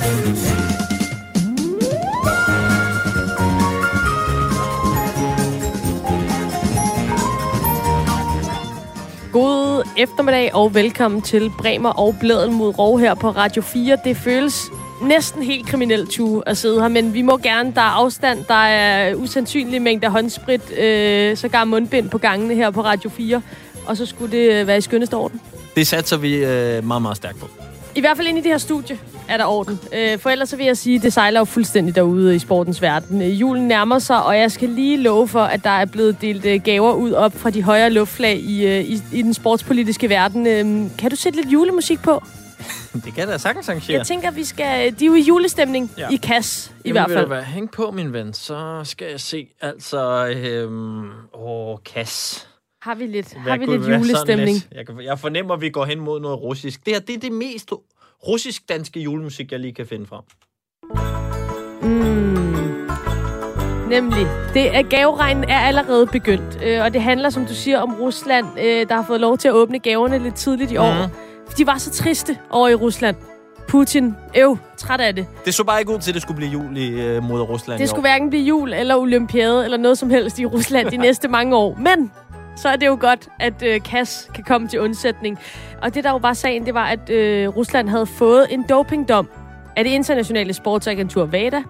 God eftermiddag og velkommen til Bremer og Blædel mod Rov her på Radio 4. Det føles næsten helt kriminelt, Tue, at sidde her, men vi må gerne. Der er afstand, der er usandsynlig mængde afhåndsprit, sågar mundbind på gangene her på Radio 4, og så skulle det være i skønneste orden. Det satser vi meget, meget stærkt på. I hvert fald inde i det her studie er der orden. For ellers så vil jeg sige, at det sejler jo fuldstændig derude i sportens verden. Julen nærmer sig, og jeg skal lige love for, at der er blevet delt gaver ud op fra de højere luftlag i den sportspolitiske verden. Kan du sætte lidt julemusik på? Det kan da sagtens arrangere. Jeg tænker, vi skal... De er jo i julestemning i KAS, i hvert fald. Vil hæng på, min ven, så skal jeg se. Altså, KAS. Har vi lidt julestemning? Jeg fornemmer, at vi går hen mod noget russisk. Det her, det er det mest russisk-danske julemusik, jeg lige kan finde frem. Nemlig. Gaveregnen er allerede begyndt. Og det handler, som du siger, om Rusland, der har fået lov til at åbne gaverne lidt tidligt i år. De var så triste over i Rusland. Putin, træt af det. Det så bare ikke ud til, at det skulle blive jul mod Rusland. Det skulle hverken blive jul eller olympiade eller noget som helst i Rusland de næste mange år. Men så er det jo godt, at KAS kan komme til undsætning. Og det, der jo var sagen, det var, at Rusland havde fået en dopingdom af det internationale sportsagentur VADA,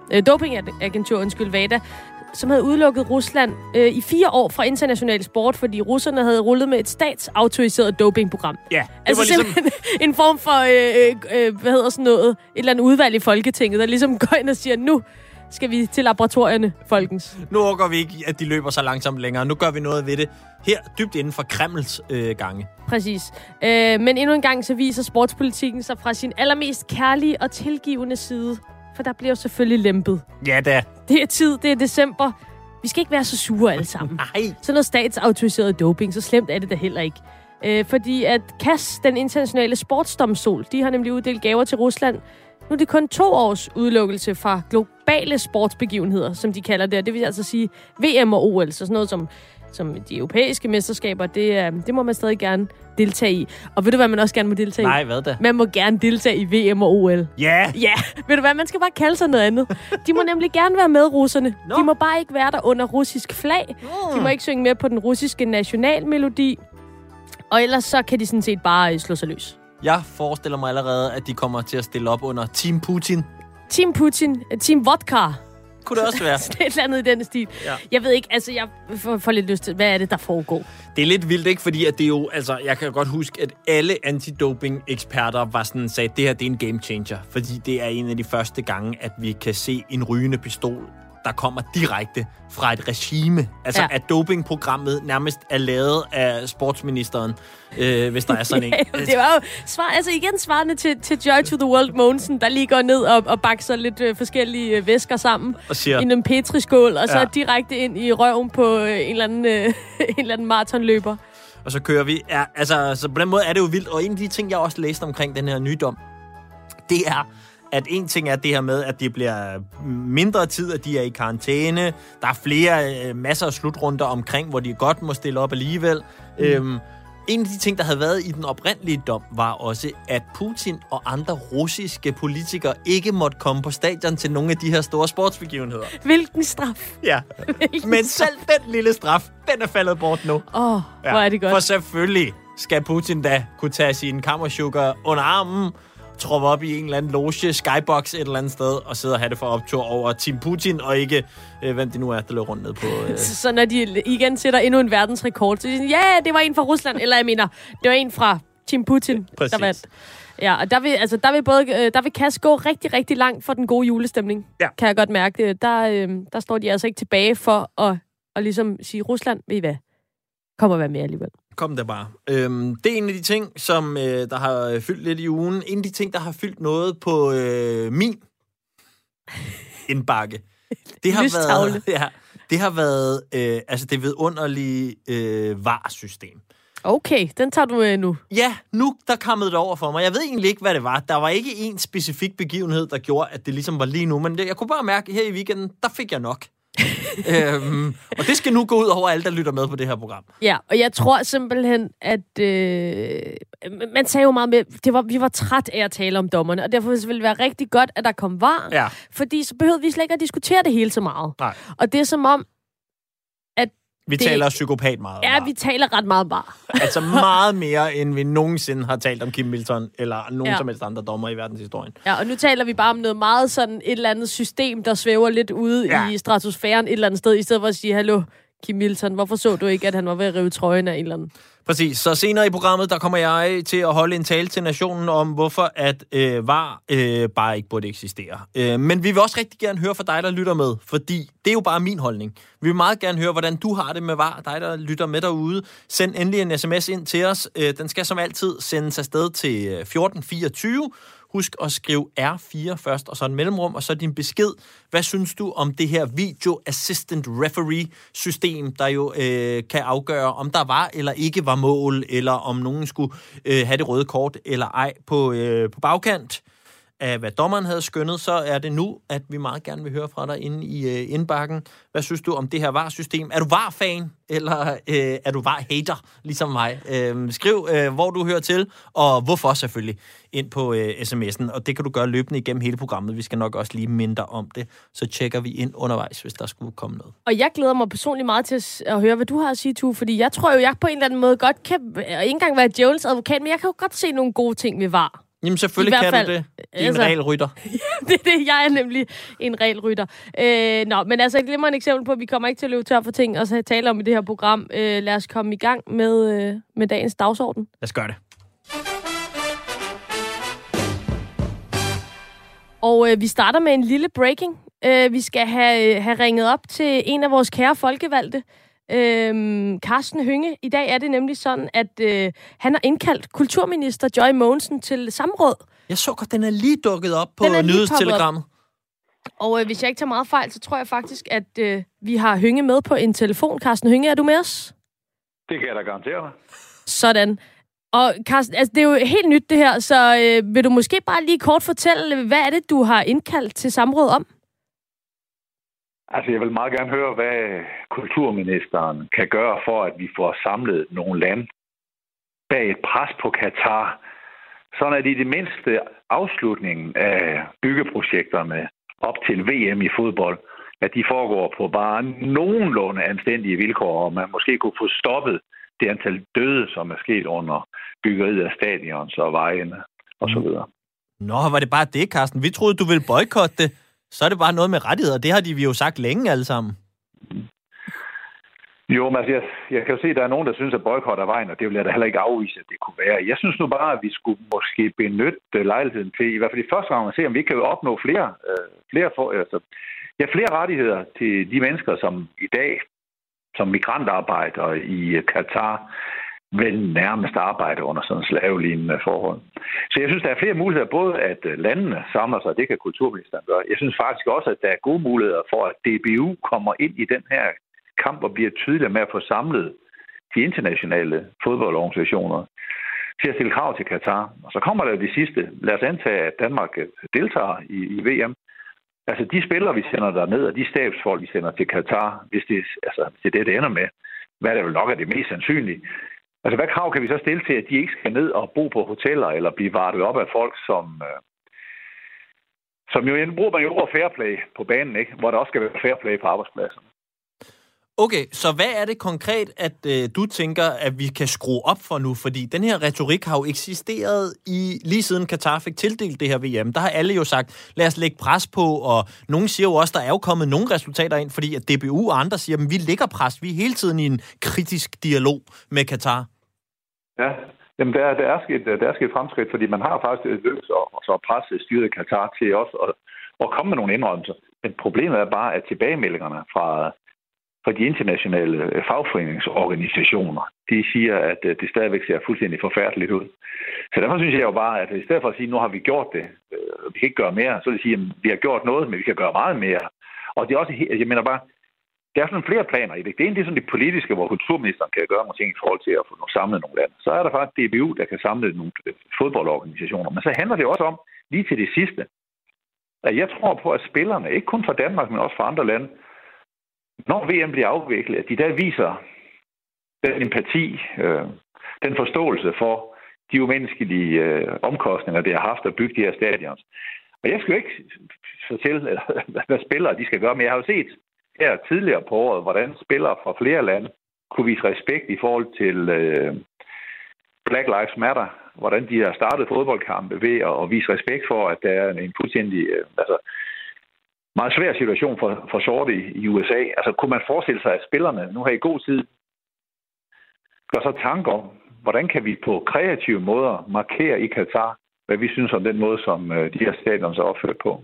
VADA, som havde udelukket Rusland i 4 år fra international sport, fordi russerne havde rullet med et statsautoriseret dopingprogram. Ja, det var ligesom en form for, et eller andet udvalg i Folketinget, der ligesom går ind og siger, nu skal vi til laboratorierne, folkens. Nu overgår vi ikke, at de løber så langsomt længere. Nu gør vi noget ved det her, dybt inden for Kremls gange. Præcis. Men endnu en gang så viser sportspolitikken sig fra sin allermest kærlige og tilgivende side. For der bliver jo selvfølgelig lempet. Ja da. Det er tid, det er december. Vi skal ikke være så sure alle sammen. Nej. Så noget statsautoriseret doping, så slemt er det da heller ikke. Fordi at KAS, den internationale sportsdomstol, de har nemlig uddelt gaver til Rusland. Nu er det kun 2 års udelukkelse fra globale sportsbegivenheder, som de kalder det. Det vil altså sige VM og OL, så sådan noget som de europæiske mesterskaber, det må man stadig gerne deltage i. Og ved du, hvad man også gerne må deltage i? Nej, hvad da? Man må gerne deltage i VM og OL. Ja! Ja, ved du hvad, man skal bare kalde sig noget andet. De må nemlig gerne være med, russerne. De må bare ikke være der under russisk flag. De må ikke synge med på den russiske nationalmelodi. Og ellers så kan de sådan set bare slå sig løs. Jeg forestiller mig allerede, at de kommer til at stille op under Team Putin. Team Putin, Team Vodka. Kunne det også være. Et eller andet i den stil. Ja. Jeg ved ikke, altså jeg får lidt lyst til, hvad er det, der foregår? Det er lidt vildt, ikke? Fordi at det er jo, altså jeg kan godt huske, at alle antidoping-eksperter var sådan sagde, at det her det er en game changer. Fordi det er en af de første gange, at vi kan se en rygende pistol, der kommer direkte fra et regime. Altså at dopingprogrammet nærmest er lavet af sportsministeren, hvis der er sådan en. Det var jo svarende til Joy to the World Mogensen, der lige går ned og bakser lidt forskellige væsker sammen i en petriskål, og så direkte ind i røven på en eller anden maratonløber. Og så kører vi. Ja, altså, så på den måde er det jo vildt. Og en af de ting, jeg også læste omkring den her nydom, det er, at en ting er det her med, at det bliver mindre tid, at de er i karantæne. Der er flere masser af slutrunder omkring, hvor de godt må stille op alligevel. En af de ting, der havde været i den oprindelige dom, var også, at Putin og andre russiske politikere ikke måtte komme på stadion til nogle af de her store sportsbegivenheder. Hvilken straf? Ja, men selv den lille straf, den er faldet bort nu. Hvor er det godt. For selvfølgelig skal Putin da kunne tage sin kammersugar under armen, troppe op i en eller anden loge, skybox et eller andet sted, og sidde og have det for optur over Team Putin, og ikke, hvem det nu er, der løber rundt ned på. Så når de igen sætter endnu en verdensrekord, så de siger, ja, det var en fra Rusland, eller jeg mener, det var en fra Team Putin, der vandt. Ja, og der vil KAS gå rigtig, rigtig langt for den gode julestemning, kan jeg godt mærke. Der står de altså ikke tilbage for at ligesom sige, Rusland, ved I hvad, kom og vær med alligevel. Kom der bare. Det er en af de ting, som der har fyldt lidt i ugen. En af de ting, der har fyldt noget på min indbakke. Det har været det vidunderlige VAR-system. Okay, den tager du med nu. Ja, nu der kammede det over for mig. Jeg ved egentlig ikke, hvad det var. Der var ikke en specifik begivenhed, der gjorde, at det ligesom var lige nu. Men jeg kunne bare mærke, her i weekenden, der fik jeg nok. Og det skal nu gå ud over alle, der lytter med på det her program. Ja, og jeg tror simpelthen, at man sagde jo meget med, vi var træt af at tale om dommerne, og derfor ville det være rigtig godt, at der kom VAR, ja. Fordi så behøvede vi slet ikke at diskutere det hele så meget. Nej. Og det er som om, vi taler psykopat meget. Ja, vi taler ret meget bare. Altså meget mere, end vi nogensinde har talt om Kim Milton, eller nogen som helst andre dommer i verdenshistorien. Ja, og nu taler vi bare om noget meget sådan et eller andet system, der svæver lidt ude i stratosfæren et eller andet sted, i stedet for at sige, hallo, Kim Milton, hvorfor så du ikke, at han var ved at rive trøjen af en eller anden? Præcis. Så senere i programmet, der kommer jeg til at holde en tale til nationen om, hvorfor at VAR bare ikke burde eksistere. Men vi vil også rigtig gerne høre fra dig, der lytter med, fordi det er jo bare min holdning. Vi vil meget gerne høre, hvordan du har det med VAR, dig, der lytter med derude. Send endelig en sms ind til os. Den skal som altid sendes afsted til 1424. Husk at skrive R4 først, og så en mellemrum, og så din besked. Hvad synes du om det her Video Assistant Referee-system, der jo kan afgøre, om der var eller ikke var mål, eller om nogen skulle have det røde kort eller ej på bagkant af, hvad dommeren havde skønnet, så er det nu, at vi meget gerne vil høre fra dig inde i indbakken. Hvad synes du om det her VAR-system? Er du VAR-fan, eller er du VAR-hater, ligesom mig? Skriv, hvor du hører til, og hvorfor selvfølgelig, ind på sms'en. Og det kan du gøre løbende igennem hele programmet. Vi skal nok også lige minde om det. Så tjekker vi ind undervejs, hvis der skulle komme noget. Og jeg glæder mig personligt meget til at høre, hvad du har at sige, Tue, fordi jeg tror jo, jeg på en eller anden måde godt kan, ikke engang være djævelens advokat, men jeg kan jo godt se nogle gode ting ved VAR. Jamen selvfølgelig kan du det. En regelrytter. Det er det. Jeg er nemlig en regelrytter. Men altså et glimrende eksempel på, at vi kommer ikke til at løbe tør for ting og så tale om i det her program. Lad os komme i gang med dagens dagsorden. Lad os gøre det. Og vi starter med en lille breaking. Vi skal have ringet op til en af vores kære folkevalgte. Karsten Hønge. I dag er det nemlig sådan, at han har indkaldt kulturminister Joy Mogensen til samråd. Jeg så godt, den er lige dukket op på nyhedstelegrammet. Og hvis jeg ikke tager meget fejl, så tror jeg faktisk, at vi har Hønge med på en telefon. Karsten Hønge, er du med os? Det kan jeg da garantere dig. Sådan. Og Karsten, altså, det er jo helt nyt det her, så vil du måske bare lige kort fortælle, hvad er det, du har indkaldt til samråd om? Altså, jeg vil meget gerne høre, hvad kulturministeren kan gøre for, at vi får samlet nogle lande bag et pres på Katar, sådan at i det mindste afslutningen af byggeprojekterne op til VM i fodbold, at de foregår på bare nogenlunde anstændige vilkår, og man måske kunne få stoppet det antal døde, som er sket under byggeriet af stadions og vejene osv. Nå, var det bare det, Karsten? Vi troede, du ville boykotte det. Så er det bare noget med rettigheder. Det har de jo sagt længe alle sammen. Jo, men altså, jeg kan jo se, at der er nogen, der synes, at boykot er vejen, og det vil jeg da heller ikke afvise, at det kunne være. Jeg synes nu bare, at vi skulle måske benytte lejligheden til, i hvert fald i første gang, at se, om vi kan opnå flere rettigheder til de mennesker, som i dag, som migrantarbejdere i Katar, vel nærmest arbejder under sådan slavelignende forhold. Så jeg synes, der er flere muligheder, både at landene samler sig, det kan kulturministeren gøre. Jeg synes faktisk også, at der er gode muligheder for, at DBU kommer ind i den her kamp og bliver tydeligere med at få samlet de internationale fodboldorganisationer til at stille krav til Katar. Og så kommer der det sidste. Lad os antage, at Danmark deltager i VM. Altså de spillere, vi sender derned, og de stabsfolk, vi sender til Katar, hvis det ender med, hvad der vel nok er det mest sandsynlige. Altså, hvad krav kan vi så stille til, at de ikke skal ned og bo på hoteller, eller blive vartet op af folk, som jo bruger man jo over fair play på banen, ikke? Hvor der også skal være fair play på arbejdspladsen. Okay, så hvad er det konkret, at du tænker, at vi kan skrue op for nu? Fordi den her retorik har jo eksisteret lige siden Katar fik tildelt det her VM. Der har alle jo sagt, lad os lægge pres på, og nogen siger jo også, der er jo kommet nogle resultater ind, fordi at DBU og andre siger, at vi lægger pres. Vi er hele tiden i en kritisk dialog med Katar. Ja, jamen der er sket fremskridt, fordi man har faktisk lykkes at presse styret Katar til også at komme med nogle indrømmelser. Men problemet er bare, at tilbagemeldingerne fra de internationale fagforeningsorganisationer, de siger, at det stadigvæk ser fuldstændig forfærdeligt ud. Så derfor synes jeg jo bare, at i stedet for at sige, at nu har vi gjort det, vi kan ikke gøre mere, så vil jeg sige, at vi har gjort noget, men vi kan gøre meget mere. Og det er også, jeg mener bare, der er sådan flere planer i det. Det ene det er sådan det politiske, hvor kulturministeren kan gøre nogle ting i forhold til at få samlet nogle lande. Så er der faktisk DBU, der kan samle nogle fodboldorganisationer. Men så handler det også om, lige til det sidste, at jeg tror på, at spillerne, ikke kun fra Danmark, men også fra andre lande, når VM bliver afviklet, at de der viser den empati, den forståelse for de umenneskelige omkostninger, det har haft at bygge de her stadions. Og jeg skal jo ikke fortælle, hvad spillere de skal gøre, men jeg har jo set her tidligere på året, hvordan spillere fra flere lande kunne vise respekt i forhold til Black Lives Matter, hvordan de har startet fodboldkampe ved at vise respekt for, at der er en fuldstændig meget svær situation for sorte i USA. Altså, kunne man forestille sig, at spillerne nu har i god tid gør sig tanker om, hvordan kan vi på kreative måder markere i Katar, hvad vi synes om den måde, som de her stadions er opført på.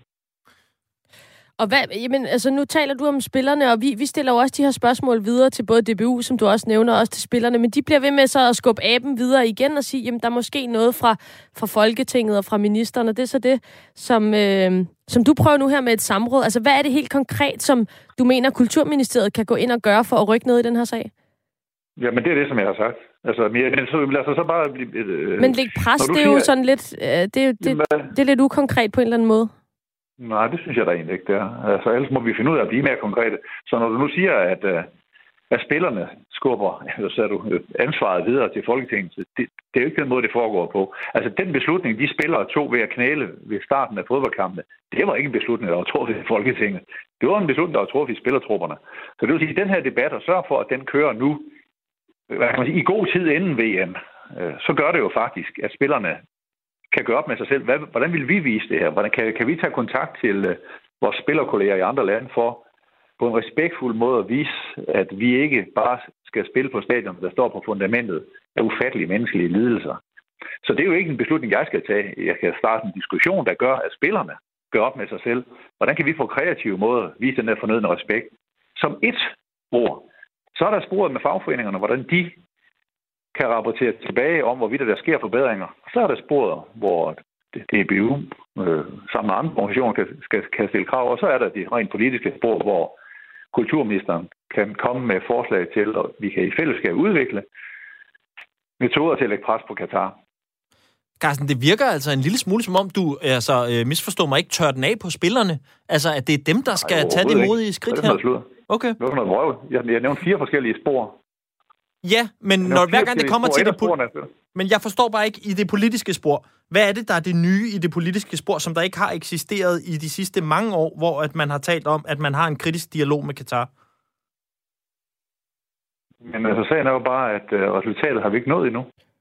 Og nu taler du om spillerne, og vi stiller jo også de her spørgsmål videre til både DBU, som du også nævner, og også til spillerne, men de bliver ved med så at skubbe aben videre igen og sige, jamen der er måske noget fra Folketinget og fra ministeren, og det er så det, som du prøver nu her med et samråd. Altså, hvad er det helt konkret, som du mener, Kulturministeriet kan gå ind og gøre for at rykke noget i den her sag? Jamen, det er det, som jeg har sagt. Altså, lad os så bare... Men læg pres, det er jo sådan lidt... Det er lidt ukonkret på en eller anden måde. Nej, det synes jeg da egentlig ikke, det er. Altså, ellers må vi finde ud af at blive mere konkrete. Så når du nu siger, at spillerne skubber ansvaret videre til Folketinget, det er jo ikke den måde, det foregår på. Altså, den beslutning, de spillere tog ved at knæle ved starten af fodboldkampene, det var ikke en beslutning, der var truffet i Folketinget. Det var en beslutning, der var truffet i spillertrupperne. Så det vil sige, at den her debat, og sørge for, at den kører nu, i god tid inden VM, så gør det jo faktisk, at spillerne kan gøre op med sig selv. Hvordan vil vi vise det her? Hvordan kan vi tage kontakt til vores spillerkolleger i andre lande for på en respektfuld måde at vise, at vi ikke bare skal spille på stadion, der står på fundamentet af ufattelige menneskelige lidelser. Så det er jo ikke en beslutning, jeg skal tage. Jeg kan starte en diskussion, der gør, at spillerne gør op med sig selv. Hvordan kan vi på kreative måder vise den der fornødne respekt? Som et spor. Så er der sporet med fagforeningerne, hvordan de kan rapportere tilbage om, hvorvidt der sker forbedringer. Så er der sporet, hvor DBU sammen med andre organisationer kan stille krav, og så er der de rent politiske spor, hvor kulturministeren kan komme med forslag til, og vi kan i fællesskab udvikle metoder til at lægge pres på Katar. Carsten, det virker altså en lille smule, som om du misforstår mig, ikke tør den af på spillerne. Altså, at det er dem, der skal tage det modige skridt her. Okay. Det var noget vrøvl. Jeg nævnte 4 forskellige spor. Ja, men hver gang det kommer til det... Men jeg forstår bare ikke i det politiske spor. Hvad er det, der er det nye i det politiske spor, som der ikke har eksisteret i de sidste mange år, hvor at man har talt om, at man har en kritisk dialog med Katar? Men altså, sagen er jo bare, at resultatet har vi ikke nået endnu.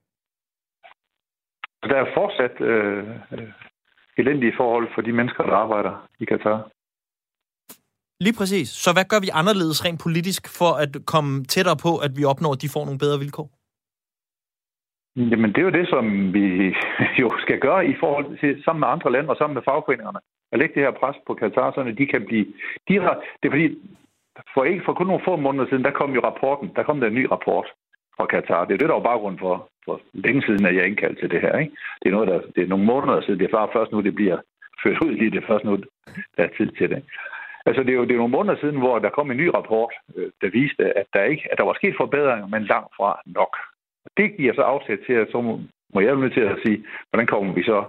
Der er fortsat elendige forhold for de mennesker, der arbejder i Katar. Lige præcis. Så hvad gør vi anderledes rent politisk for at komme tættere på, at vi opnår, at de får nogle bedre vilkår? Jamen, det er jo det, som vi jo skal gøre i forhold til sammen med andre lande og sammen med fagforeningerne. At lægge det her pres på Katar, så de kan blive... Det er fordi, for kun nogle få måneder siden, der kom der en ny rapport fra Katar. Det er det, der var baggrund for længe siden, at jeg indkaldte til det her. Ikke? Det er nogle måneder siden. Det er først nu, det bliver ført ud i det. Først nu, der er tid til det. Altså, det er nogle måneder siden, hvor der kom en ny rapport, der viste, at der var sket forbedringer, men langt fra nok. Det giver så afsæt til, at så må jeg nødt til at sige, hvordan kommer vi så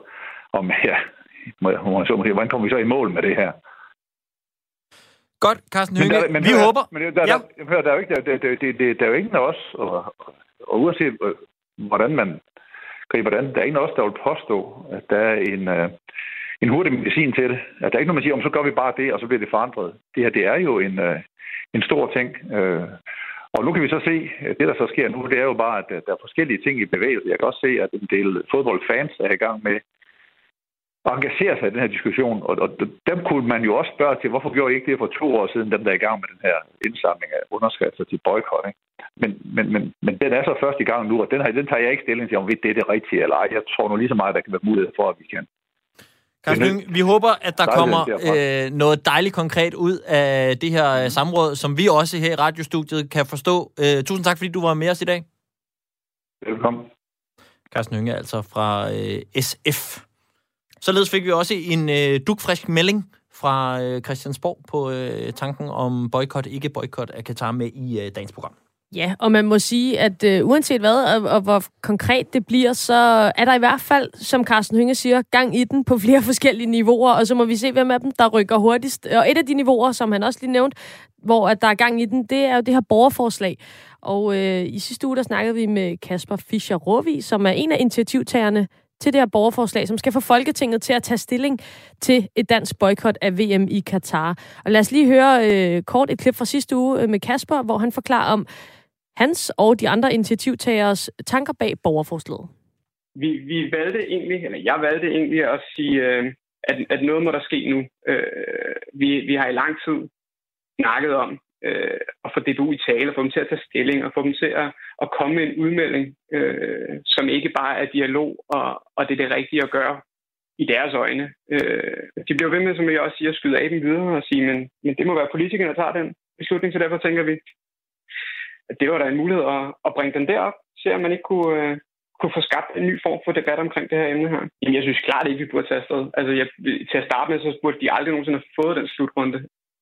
hvordan kommer vi så i mål med det her? Godt, Carsten Hønge. Vi håber. Men der er jo ingen af os, og uanset hvordan man griber den, der er ingen af os, der vil påstå, at der er en hurtig medicin til det. At der er ikke noget, man siger, så gør vi bare det, og så bliver det forandret. Det her, det er jo en stor ting. Og nu kan vi så se, at det, der så sker nu, det er jo bare, at der er forskellige ting i bevægelse. Jeg kan også se, at en del fodboldfans er i gang med at engagere sig i den her diskussion. Og dem kunne man jo også spørge til, hvorfor gjorde I ikke det for 2 år siden, dem der er i gang med den her indsamling af underskrifter til boykot. Men den er så først i gang nu, og den tager jeg ikke stilling til, om det er det rigtige eller ej. Jeg tror nu lige så meget, der kan være mulighed for, at vi kan. Carsten, vi håber, at der kommer noget dejligt konkret ud af det her samråd, som vi også her i radiostudiet kan forstå. Tusind tak, fordi du var med os i dag. Velkommen. Carsten Hønge, altså fra SF. Således fik vi også en dugfrisk melding fra Christiansborg på tanken om boykot, ikke boykot af Katar med i dagens program. Ja, og man må sige, at uanset hvad og hvor konkret det bliver, så er der i hvert fald, som Karsten Hønge siger, gang i den på flere forskellige niveauer, og så må vi se, hvem af dem, der rykker hurtigst. Og et af de niveauer, som han også lige nævnte, hvor at der er gang i den, det er jo det her borgerforslag. Og i sidste uge, der snakkede vi med Kasper Fischer-Råvig, som er en af initiativtagerne til det her borgerforslag, som skal få Folketinget til at tage stilling til et dansk boykot af VM i Katar. Og lad os lige høre kort et klip fra sidste uge med Kasper, hvor han forklarer om hans og de andre initiativtageres tanker bag borgerforslaget. Jeg valgte egentlig at sige, at noget må der ske nu. Vi har i lang tid snakket om at få DBU i tale, få dem til at tage stilling og få dem til at komme med en udmelding, som ikke bare er dialog, og det er det rigtige at gøre i deres øjne. De bliver ved med, som jeg også siger, at skyde af dem videre og sige, men det må være politikerne, der tager den beslutning, så derfor tænker vi, at det var da en mulighed at bringe den derop, se om man ikke kunne få skabt en ny form for debat omkring det her emne her. Jamen, jeg synes klart ikke, vi burde tage afsted. Altså, til at starte med, så burde de aldrig nogensinde have fået den slutrunde.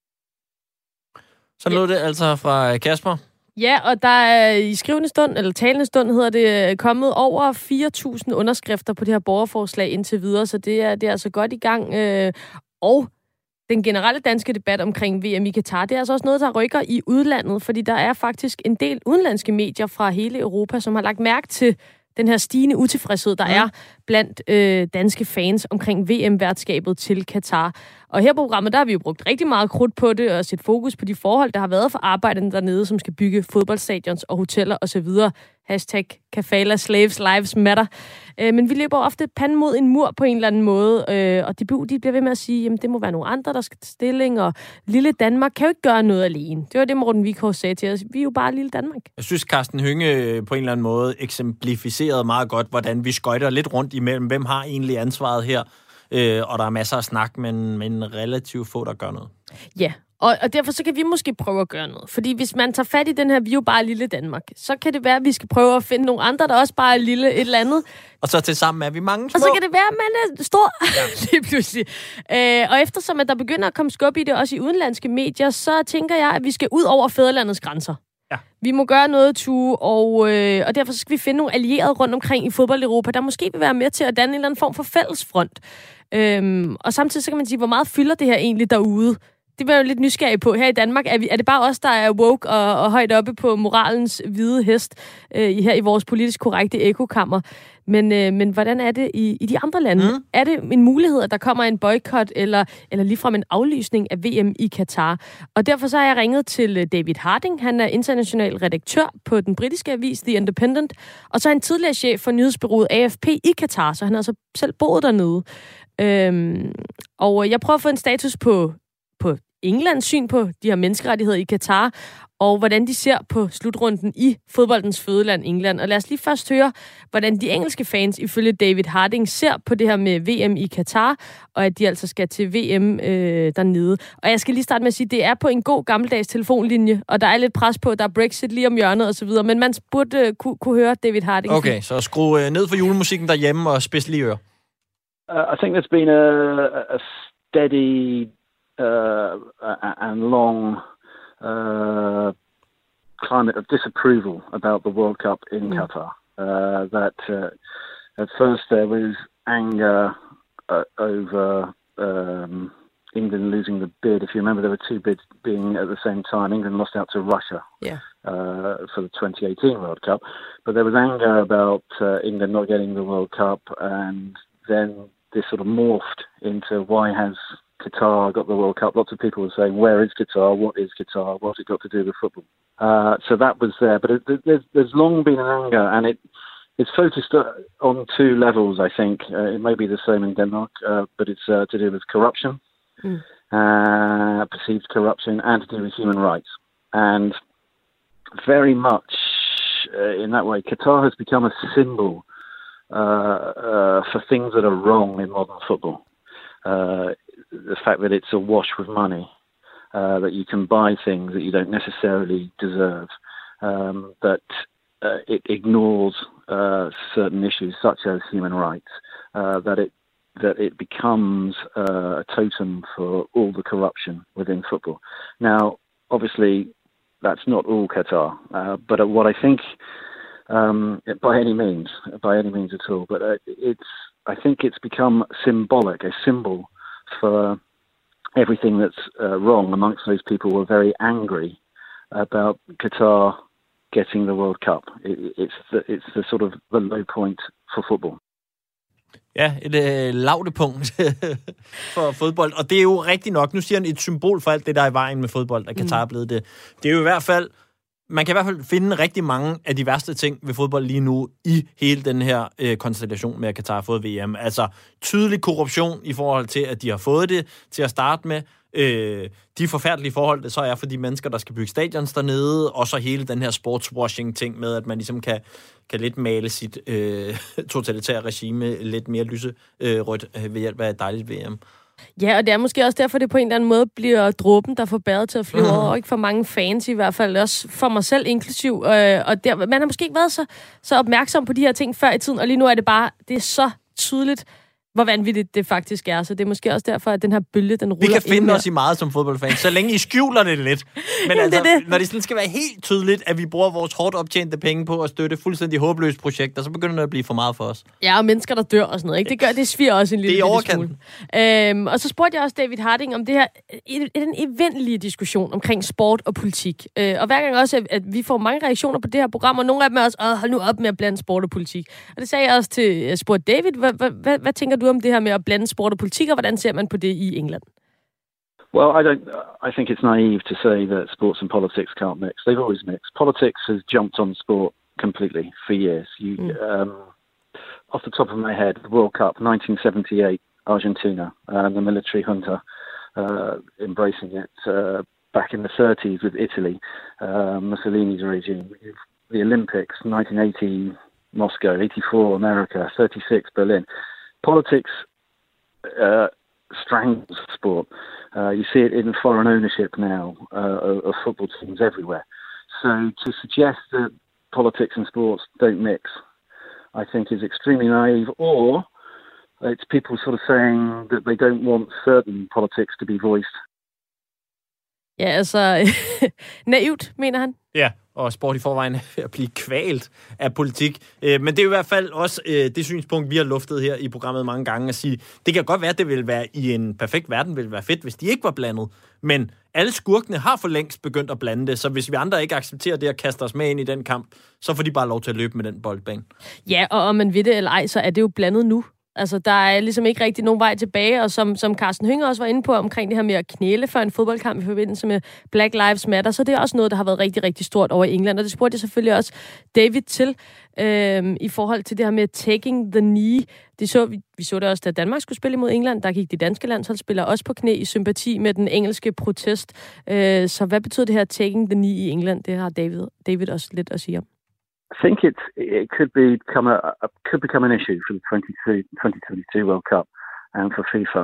Så lød det altså fra Kasper. Ja, og der er i skrivende stund, eller talende stund hedder det, kommet over 4.000 underskrifter på det her borgerforslag indtil videre, så det er altså godt i gang. Og den generelle danske debat omkring VM i Katar, det er altså også noget, der rykker i udlandet, fordi der er faktisk en del udenlandske medier fra hele Europa, som har lagt mærke til den her stigende utilfredshed, der er blandt danske fans omkring VM-værtskabet til Katar. Og her på programmet, der har vi jo brugt rigtig meget krudt på det og sæt fokus på de forhold, der har været for arbejderne dernede, som skal bygge fodboldstadions og hoteller osv. #Kafala Slaves Lives Matter. Men vi løber ofte panden mod en mur på en eller anden måde, og DBU, de bliver ved med at sige, at det må være nogle andre, der skal stilling, og lille Danmark kan jo ikke gøre noget alene. Det var det, Morten Wieghorst sagde til os. Vi er jo bare lille Danmark. Jeg synes, Karsten Hønge på en eller anden måde eksemplificerede meget godt, hvordan vi skøjter lidt rundt imellem, hvem har egentlig ansvaret her, og der er masser af snak, men relativt få, der gør noget. Ja, og derfor så kan vi måske prøve at gøre noget. Fordi hvis man tager fat i den her, vi er jo bare lille Danmark, så kan det være, at vi skal prøve at finde nogle andre, der også bare er lille et eller andet. Og så til sammen er vi mange små. Og så kan det være, at man er stor lige pludselig. Og eftersom at der begynder at komme skub i det, også i udenlandske medier, så tænker jeg, at vi skal ud over fædrelandets grænser. Ja. Vi må gøre noget, Tue, og derfor så skal vi finde nogle allierede rundt omkring i fodbold-Europa, der måske vil være med til at danne en eller anden form for fællesfront. Og samtidig så kan man sige, hvor meget fylder det her egentlig derude? Det bliver jo lidt nysgerrig på. Her i Danmark er det bare os, der er woke og højt oppe på moralens hvide hest her i vores politisk korrekte ekokammer. Men hvordan er det i de andre lande? Er det en mulighed, at der kommer en boykot eller ligefrem en aflysning af VM i Katar? Og derfor så har jeg ringet til David Harding. Han er international redaktør på den britiske avis The Independent, og så er han tidligere chef for nyhedsbureauet AFP i Katar, så han har altså selv boet dernede. Og jeg prøver at få en status på Englands syn på de her menneskerettigheder i Katar, og hvordan de ser på slutrunden i fodboldens fødeland England. Og lad os lige først høre, hvordan de engelske fans ifølge David Harding ser på det her med VM i Katar, og at de altså skal til VM dernede. Og jeg skal lige starte med at sige, at det er på en god gammeldags telefonlinje, og der er lidt pres på, der er Brexit lige om hjørnet osv., men man burde kunne høre David Harding. Okay, så skru ned for julemusikken derhjemme og spids lige øre. I think there's been a steady and long climate of disapproval about the World Cup in Qatar. At first there was anger over England losing the bid. If you remember, there were two bids being at the same time. England lost out to Russia for the 2018 World Cup. But there was anger about England not getting the World Cup, and then this sort of morphed into why has Qatar got the World Cup. Lots of people were saying, where is Qatar? What is Qatar? What's it got to do with football? So that was there. But there's long been an anger, and it's focused on two levels, I think. It may be the same in Denmark, but it's to do with corruption, perceived corruption, and to do with human rights. And very much in that way, Qatar has become a symbol for things that are wrong in modern football. The fact that it's awash with money, that you can buy things that you don't necessarily deserve, that it ignores certain issues such as human rights, that it becomes a totem for all the corruption within football. Now, obviously, that's not all Qatar. But what I think, by any means at all, but I think it's become symbolic, a symbol for everything that's wrong amongst those people who are very angry about Qatar getting the World Cup. It's the sort of the low point for football. Ja, et lavdepunkt for fodbold. Og det er jo rigtigt nok. Nu siger han et symbol for alt det, der er i vejen med fodbold, at Qatar er blevet det. Det er jo i hvert fald... Man kan i hvert fald finde rigtig mange af de værste ting ved fodbold lige nu i hele den her konstellation med, at Qatar har fået VM. Altså tydelig korruption i forhold til, at de har fået det til at starte med. De forfærdelige forhold, det så er for de mennesker, der skal bygge stadions dernede, og så hele den her sportswashing-ting med, at man ligesom kan lidt male sit totalitære regime lidt mere lyserødt ved hjælp af et dejligt VM. Ja, og det er måske også derfor, det på en eller anden måde bliver dråben, der får bæret til at flyve over, og ikke for mange fans i hvert fald, også for mig selv inklusiv. Og man har måske ikke været så opmærksom på de her ting før i tiden, og lige nu er det er så tydeligt, hvor vanvittigt det faktisk er. Så det er måske også derfor, at den her bølge, den ruller. Vi kan finde os i meget som fodboldfans, så længe I skjuler det lidt. Men altså, når det sådan skal være helt tydeligt, at vi bruger vores hårdt optjente penge på at støtte fuldstændig håbløse projekter, så begynder det at blive for meget for os. Ja, og mennesker, der dør og sådan noget. Ikke? Det sviger også en lille smule. Og så spurgte jeg også David Harding om det her, den eventlige diskussion omkring sport og politik. Og hver gang også, at vi får mange reaktioner på det her program, og nogle af dem er også, hold nu op med at blande sport og politik. Og det sagde jeg også til, jeg spurgte David, hvad tænker du om det her med at blande sport og politik, og hvordan ser man på det i England? Well, I think it's naive to say that sports and politics can't mix. They've always mixed. Politics has jumped on sport completely for years. Off the top of my head, the World Cup, 1978, Argentina, the military junta embracing it. Back in the 30s with Italy, Mussolini's regime. The Olympics, 1980, Moscow, 84, America, 36, Berlin. Politics strangles sport. You see it in foreign ownership now of football teams everywhere. So to suggest that politics and sports don't mix, I think is extremely naive, or it's people sort of saying that they don't want certain politics to be voiced. Ja, altså naivt, mener han. Ja, og sport i forvejen er at blive kvalt af politik. Men det er i hvert fald også det synspunkt, vi har luftet her i programmet mange gange, at sige, det kan godt være, at det ville være i en perfekt verden, ville være fedt, hvis de ikke var blandet. Men alle skurkene har for længst begyndt at blande det, så hvis vi andre ikke accepterer det og kaster os med ind i den kamp, så får de bare lov til at løbe med den boldbane. Ja, og om man ved det eller ej, så er det jo blandet nu. Altså, der er ligesom ikke rigtig nogen vej tilbage, og som Carsten Hønge også var inde på omkring det her med at knæle for en fodboldkamp i forbindelse med Black Lives Matter, så det er også noget, der har været rigtig, rigtig stort over i England, og det spurgte jeg selvfølgelig også David til i forhold til det her med taking the knee. Vi så det også, da Danmark skulle spille imod England, der gik de danske landsholdsspillere også på knæ i sympati med den engelske protest. Så hvad betyder det her taking the knee i England? Det har David også lidt at sige om. I think it could become an issue for the 2022 World Cup and for FIFA.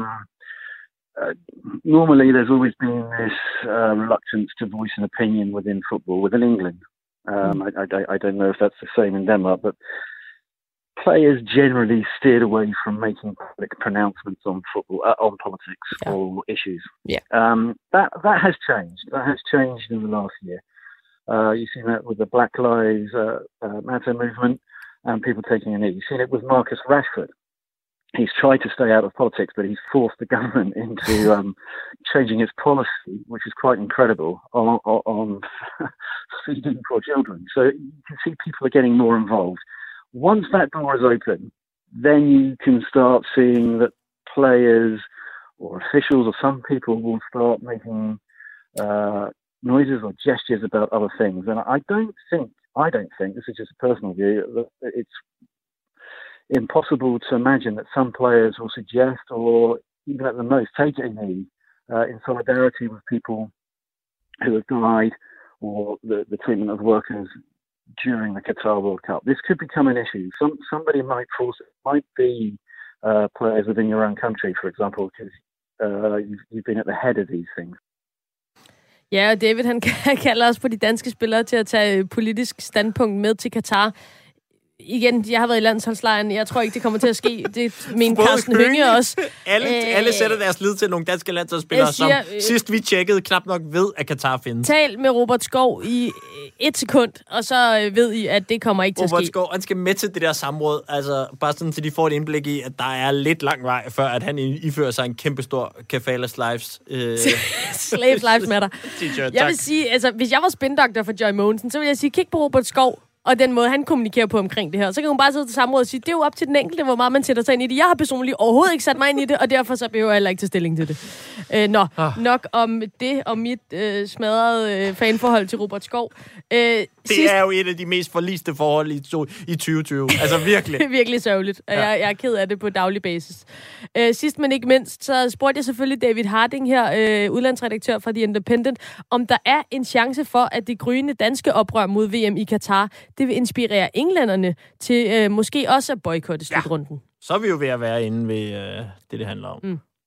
Normally, there's always been this reluctance to voice an opinion within football, within England. I don't know if that's the same in Denmark, but players generally steered away from making public pronouncements on football, on politics or issues. Yeah. That has changed. That has changed in the last year. You've seen that with the Black Lives Matter movement and people taking a knee. You've seen it with Marcus Rashford. He's tried to stay out of politics, but he's forced the government into changing its policy, which is quite incredible, on feeding poor children. So you can see people are getting more involved. Once that door is open, then you can start seeing that players or officials or some people will start making noises or gestures about other things. And I don't think, this is just a personal view, that it's impossible to imagine that some players will suggest or even at the most take a knee in solidarity with people who have died or the treatment of workers during the Qatar World Cup. This could become an issue. Somebody might be players within your own country, for example, because you've been at the head of these things. Ja, og David, han kalder os på de danske spillere til at tage politisk standpunkt med til Qatar. igen, jeg har været i landsholdslejren. Jeg tror ikke, det kommer til at ske. Det mener Carsten Hønge også. Alle sætter deres lid til nogle danske landsholdsspillere, som sidst vi tjekkede, knap nok ved, at Katar findes. Tal med Robert Skov i 1 sekund, og så ved I, at det kommer ikke til at ske. Robert Skov, han skal med til det der samråd, altså bare sådan, så de får et indblik i, at der er lidt lang vej, før at han ifører sig en kæmpestor Kafalas Lives. Slaves Lives Matter. Jeg vil sige, altså, hvis jeg var spindoktor for Joy Mogensen, så vil jeg sige, kig på Robert Skov, og den måde, han kommunikerer på omkring det her. Så kan hun bare sidde til samråd og sige, det er jo op til den enkelte, hvor meget man sætter sig ind i det. Jeg har personligt overhovedet ikke sat mig ind i det, og derfor så behøver jeg heller ikke tage stilling til det. Nok om det, og mit smadrede fanforhold til Robert Skov. Det er jo et af de mest forliste forhold i 2020. Altså virkelig. Virkelig sørgeligt. Ja. Jeg er ked af det på daglig basis. Sidst men ikke mindst, så spurgte jeg selvfølgelig David Harding her, udlandsredaktør fra The Independent, om der er en chance for, at det gryende danske oprør mod VM i Katar, det vil inspirere englænderne til måske også at boykotte slutrunden. Så er vi jo ved at være inde ved det handler om.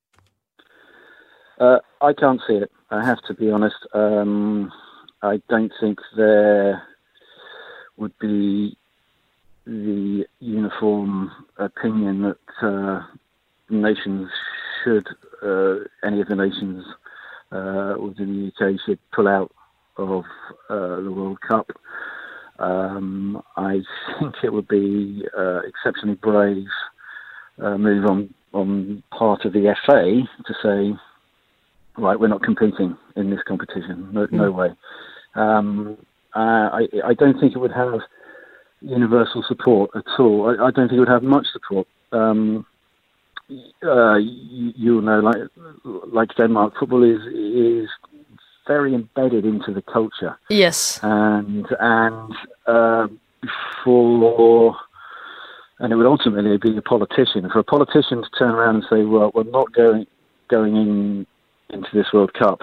I can't see it. I have to be honest. I don't think there would be the uniform opinion that nations should, any of the nations within the UK should pull out of the World Cup. I think it would be exceptionally brave move on part of the FA to say, right, we're not competing in this competition. No way. I don't think it would have universal support at all. I don't think it would have much support. You know, like Denmark, football is very embedded into the culture. Yes. And it would ultimately be a politician. For a politician to turn around and say, well, we're not going into this World Cup.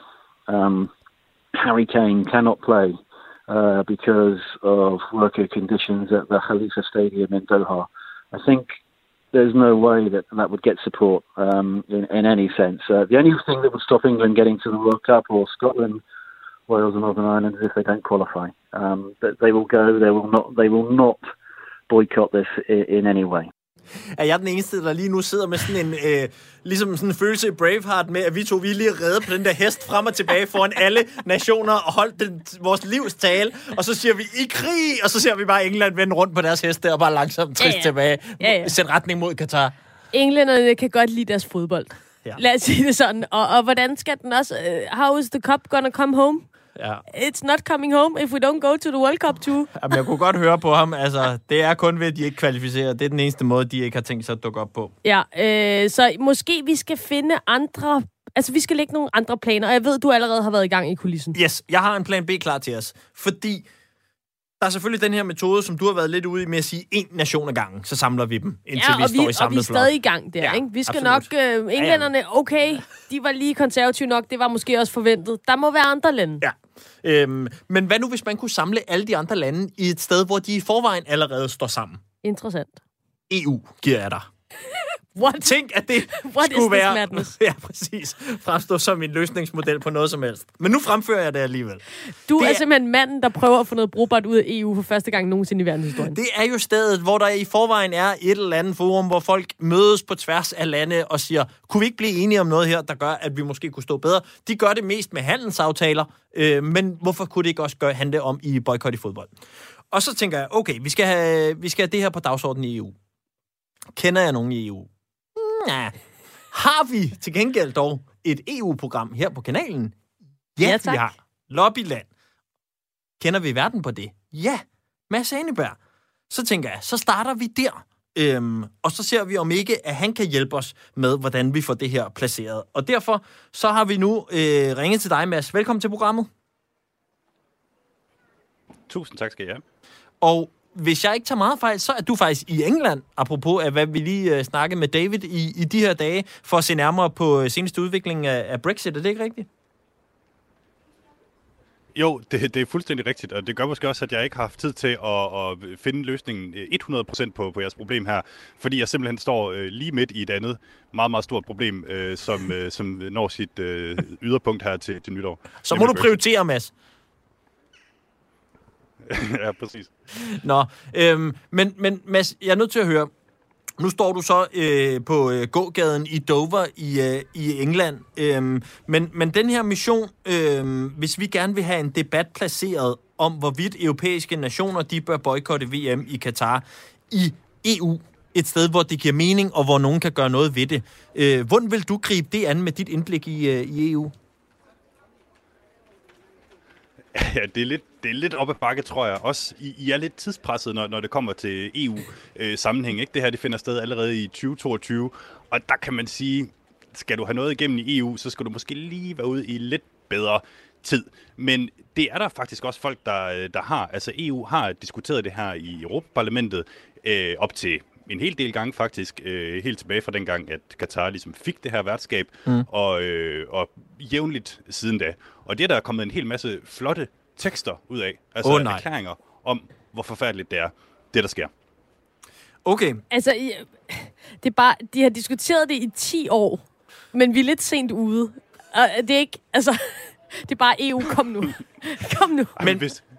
Harry Kane cannot play because of worker conditions at the Khalifa Stadium in Doha. I think there's no way that would get support in any sense. The only thing that would stop England getting to the World Cup, or Scotland, Wales and Northern Ireland, is if they don't qualify. But they will go. They will not boycott this in any way. Er jeg den eneste, der lige nu sidder med sådan en, ligesom sådan en følelse i Braveheart med, at vi lige redde på den der hest frem og tilbage foran alle nationer og holdt vores livs tale, og så siger vi i krig, og så ser vi bare England vende rundt på deres heste og bare langsomt trist tilbage. Sæt retning mod Katar. Englænderne kan godt lide deres fodbold. Ja. Lad os sige det sådan. Og hvordan skal den også... how is the cup gonna come home? Ja. It's not coming home if we don't go to the World Cup too. Jamen, jeg kunne godt høre på ham. Altså, det er kun ved, at de ikke kvalificerer. Det er den eneste måde, de ikke har tænkt sig at dukke op på. Ja, så måske vi skal finde andre... Altså, vi skal lægge nogle andre planer. Og jeg ved, du allerede har været i gang i kulissen. Yes, jeg har en plan B klar til os. Fordi der er selvfølgelig den her metode, som du har været lidt ude i med at sige en nation ad gangen. Så samler vi dem, indtil vi står i samlet blok. Og vi er stadig i gang der, ikke? Vi skal absolut nok... englænderne, okay, de var lige konservative nok. Det var måske også forventet. Der må være andre lande. Ja. Men hvad nu, hvis man kunne samle alle de andre lande i et sted, hvor de i forvejen allerede står sammen? Interessant. EU giver jeg dig. What? Tænk, at det skulle være... Ja, præcis. Fremstå som en løsningsmodel på noget som helst. Men nu fremfører jeg det alligevel. Du er simpelthen manden, der prøver at få noget brugbart ud af EU for første gang nogensinde i verdenshistorien. Det er jo stedet, hvor der i forvejen er et eller andet forum, hvor folk mødes på tværs af lande og siger, kunne vi ikke blive enige om noget her, der gør, at vi måske kunne stå bedre? De gør det mest med handelsaftaler, men hvorfor kunne det ikke også handle om i boykot i fodbold? Og så tænker jeg, okay, vi skal have det her på dagsordenen i EU. Kender jeg nogen i EU? Ja. Har vi til gengæld dog et EU-program her på kanalen? Ja, vi har. Lobbyland. Kender vi verden på det? Ja. Mads Anneberg. Så tænker jeg, så starter vi der. Og så ser vi om ikke, at han kan hjælpe os med, hvordan vi får det her placeret. Og derfor så har vi nu ringet til dig, Mads. Velkommen til programmet. Tusind tak skal I have. Og hvis jeg ikke tager meget fejl, så er du faktisk i England, apropos af hvad vi lige snakkede med David i de her dage, for at se nærmere på seneste udvikling af Brexit. Er det ikke rigtigt? Jo, det er fuldstændig rigtigt, og det gør måske også, at jeg ikke har haft tid til at finde løsningen 100% på jeres problem her, fordi jeg simpelthen står lige midt i et andet meget, meget stort problem, som når sit yderpunkt her til nytår. Så må du prioritere, Mads. Ja, præcis. Nå, men Mads, jeg er nødt til at høre, nu står du så på gågaden i Dover i England, men den her mission, hvis vi gerne vil have en debat placeret om, hvorvidt europæiske nationer, de bør boykotte VM i Katar i EU, et sted, hvor det giver mening, og hvor nogen kan gøre noget ved det. Hvordan vil du gribe det an med dit indblik i EU? Ja, det er lidt op ad bakke, tror jeg. Også I er lidt tidspresset, når det kommer til EU-sammenhæng. Ikke? Det her det finder sted allerede i 2022, og der kan man sige, skal du have noget igennem i EU, så skal du måske lige være ude i lidt bedre tid. Men det er der faktisk også folk, der har. Altså EU har diskuteret det her i Europaparlamentet op til en hel del gange faktisk, helt tilbage fra den gang, at Katar ligesom fik det her værtskab, og jævnligt siden da. Og det der er kommet en hel masse flotte tekster ud af, altså erklæringer om, hvor forfærdeligt det er, det der sker. Okay. Altså, det er bare, de har diskuteret det i 10 år, men vi er lidt sent ude. Og det er ikke, altså, det er bare EU, kom nu. Kom nu. Men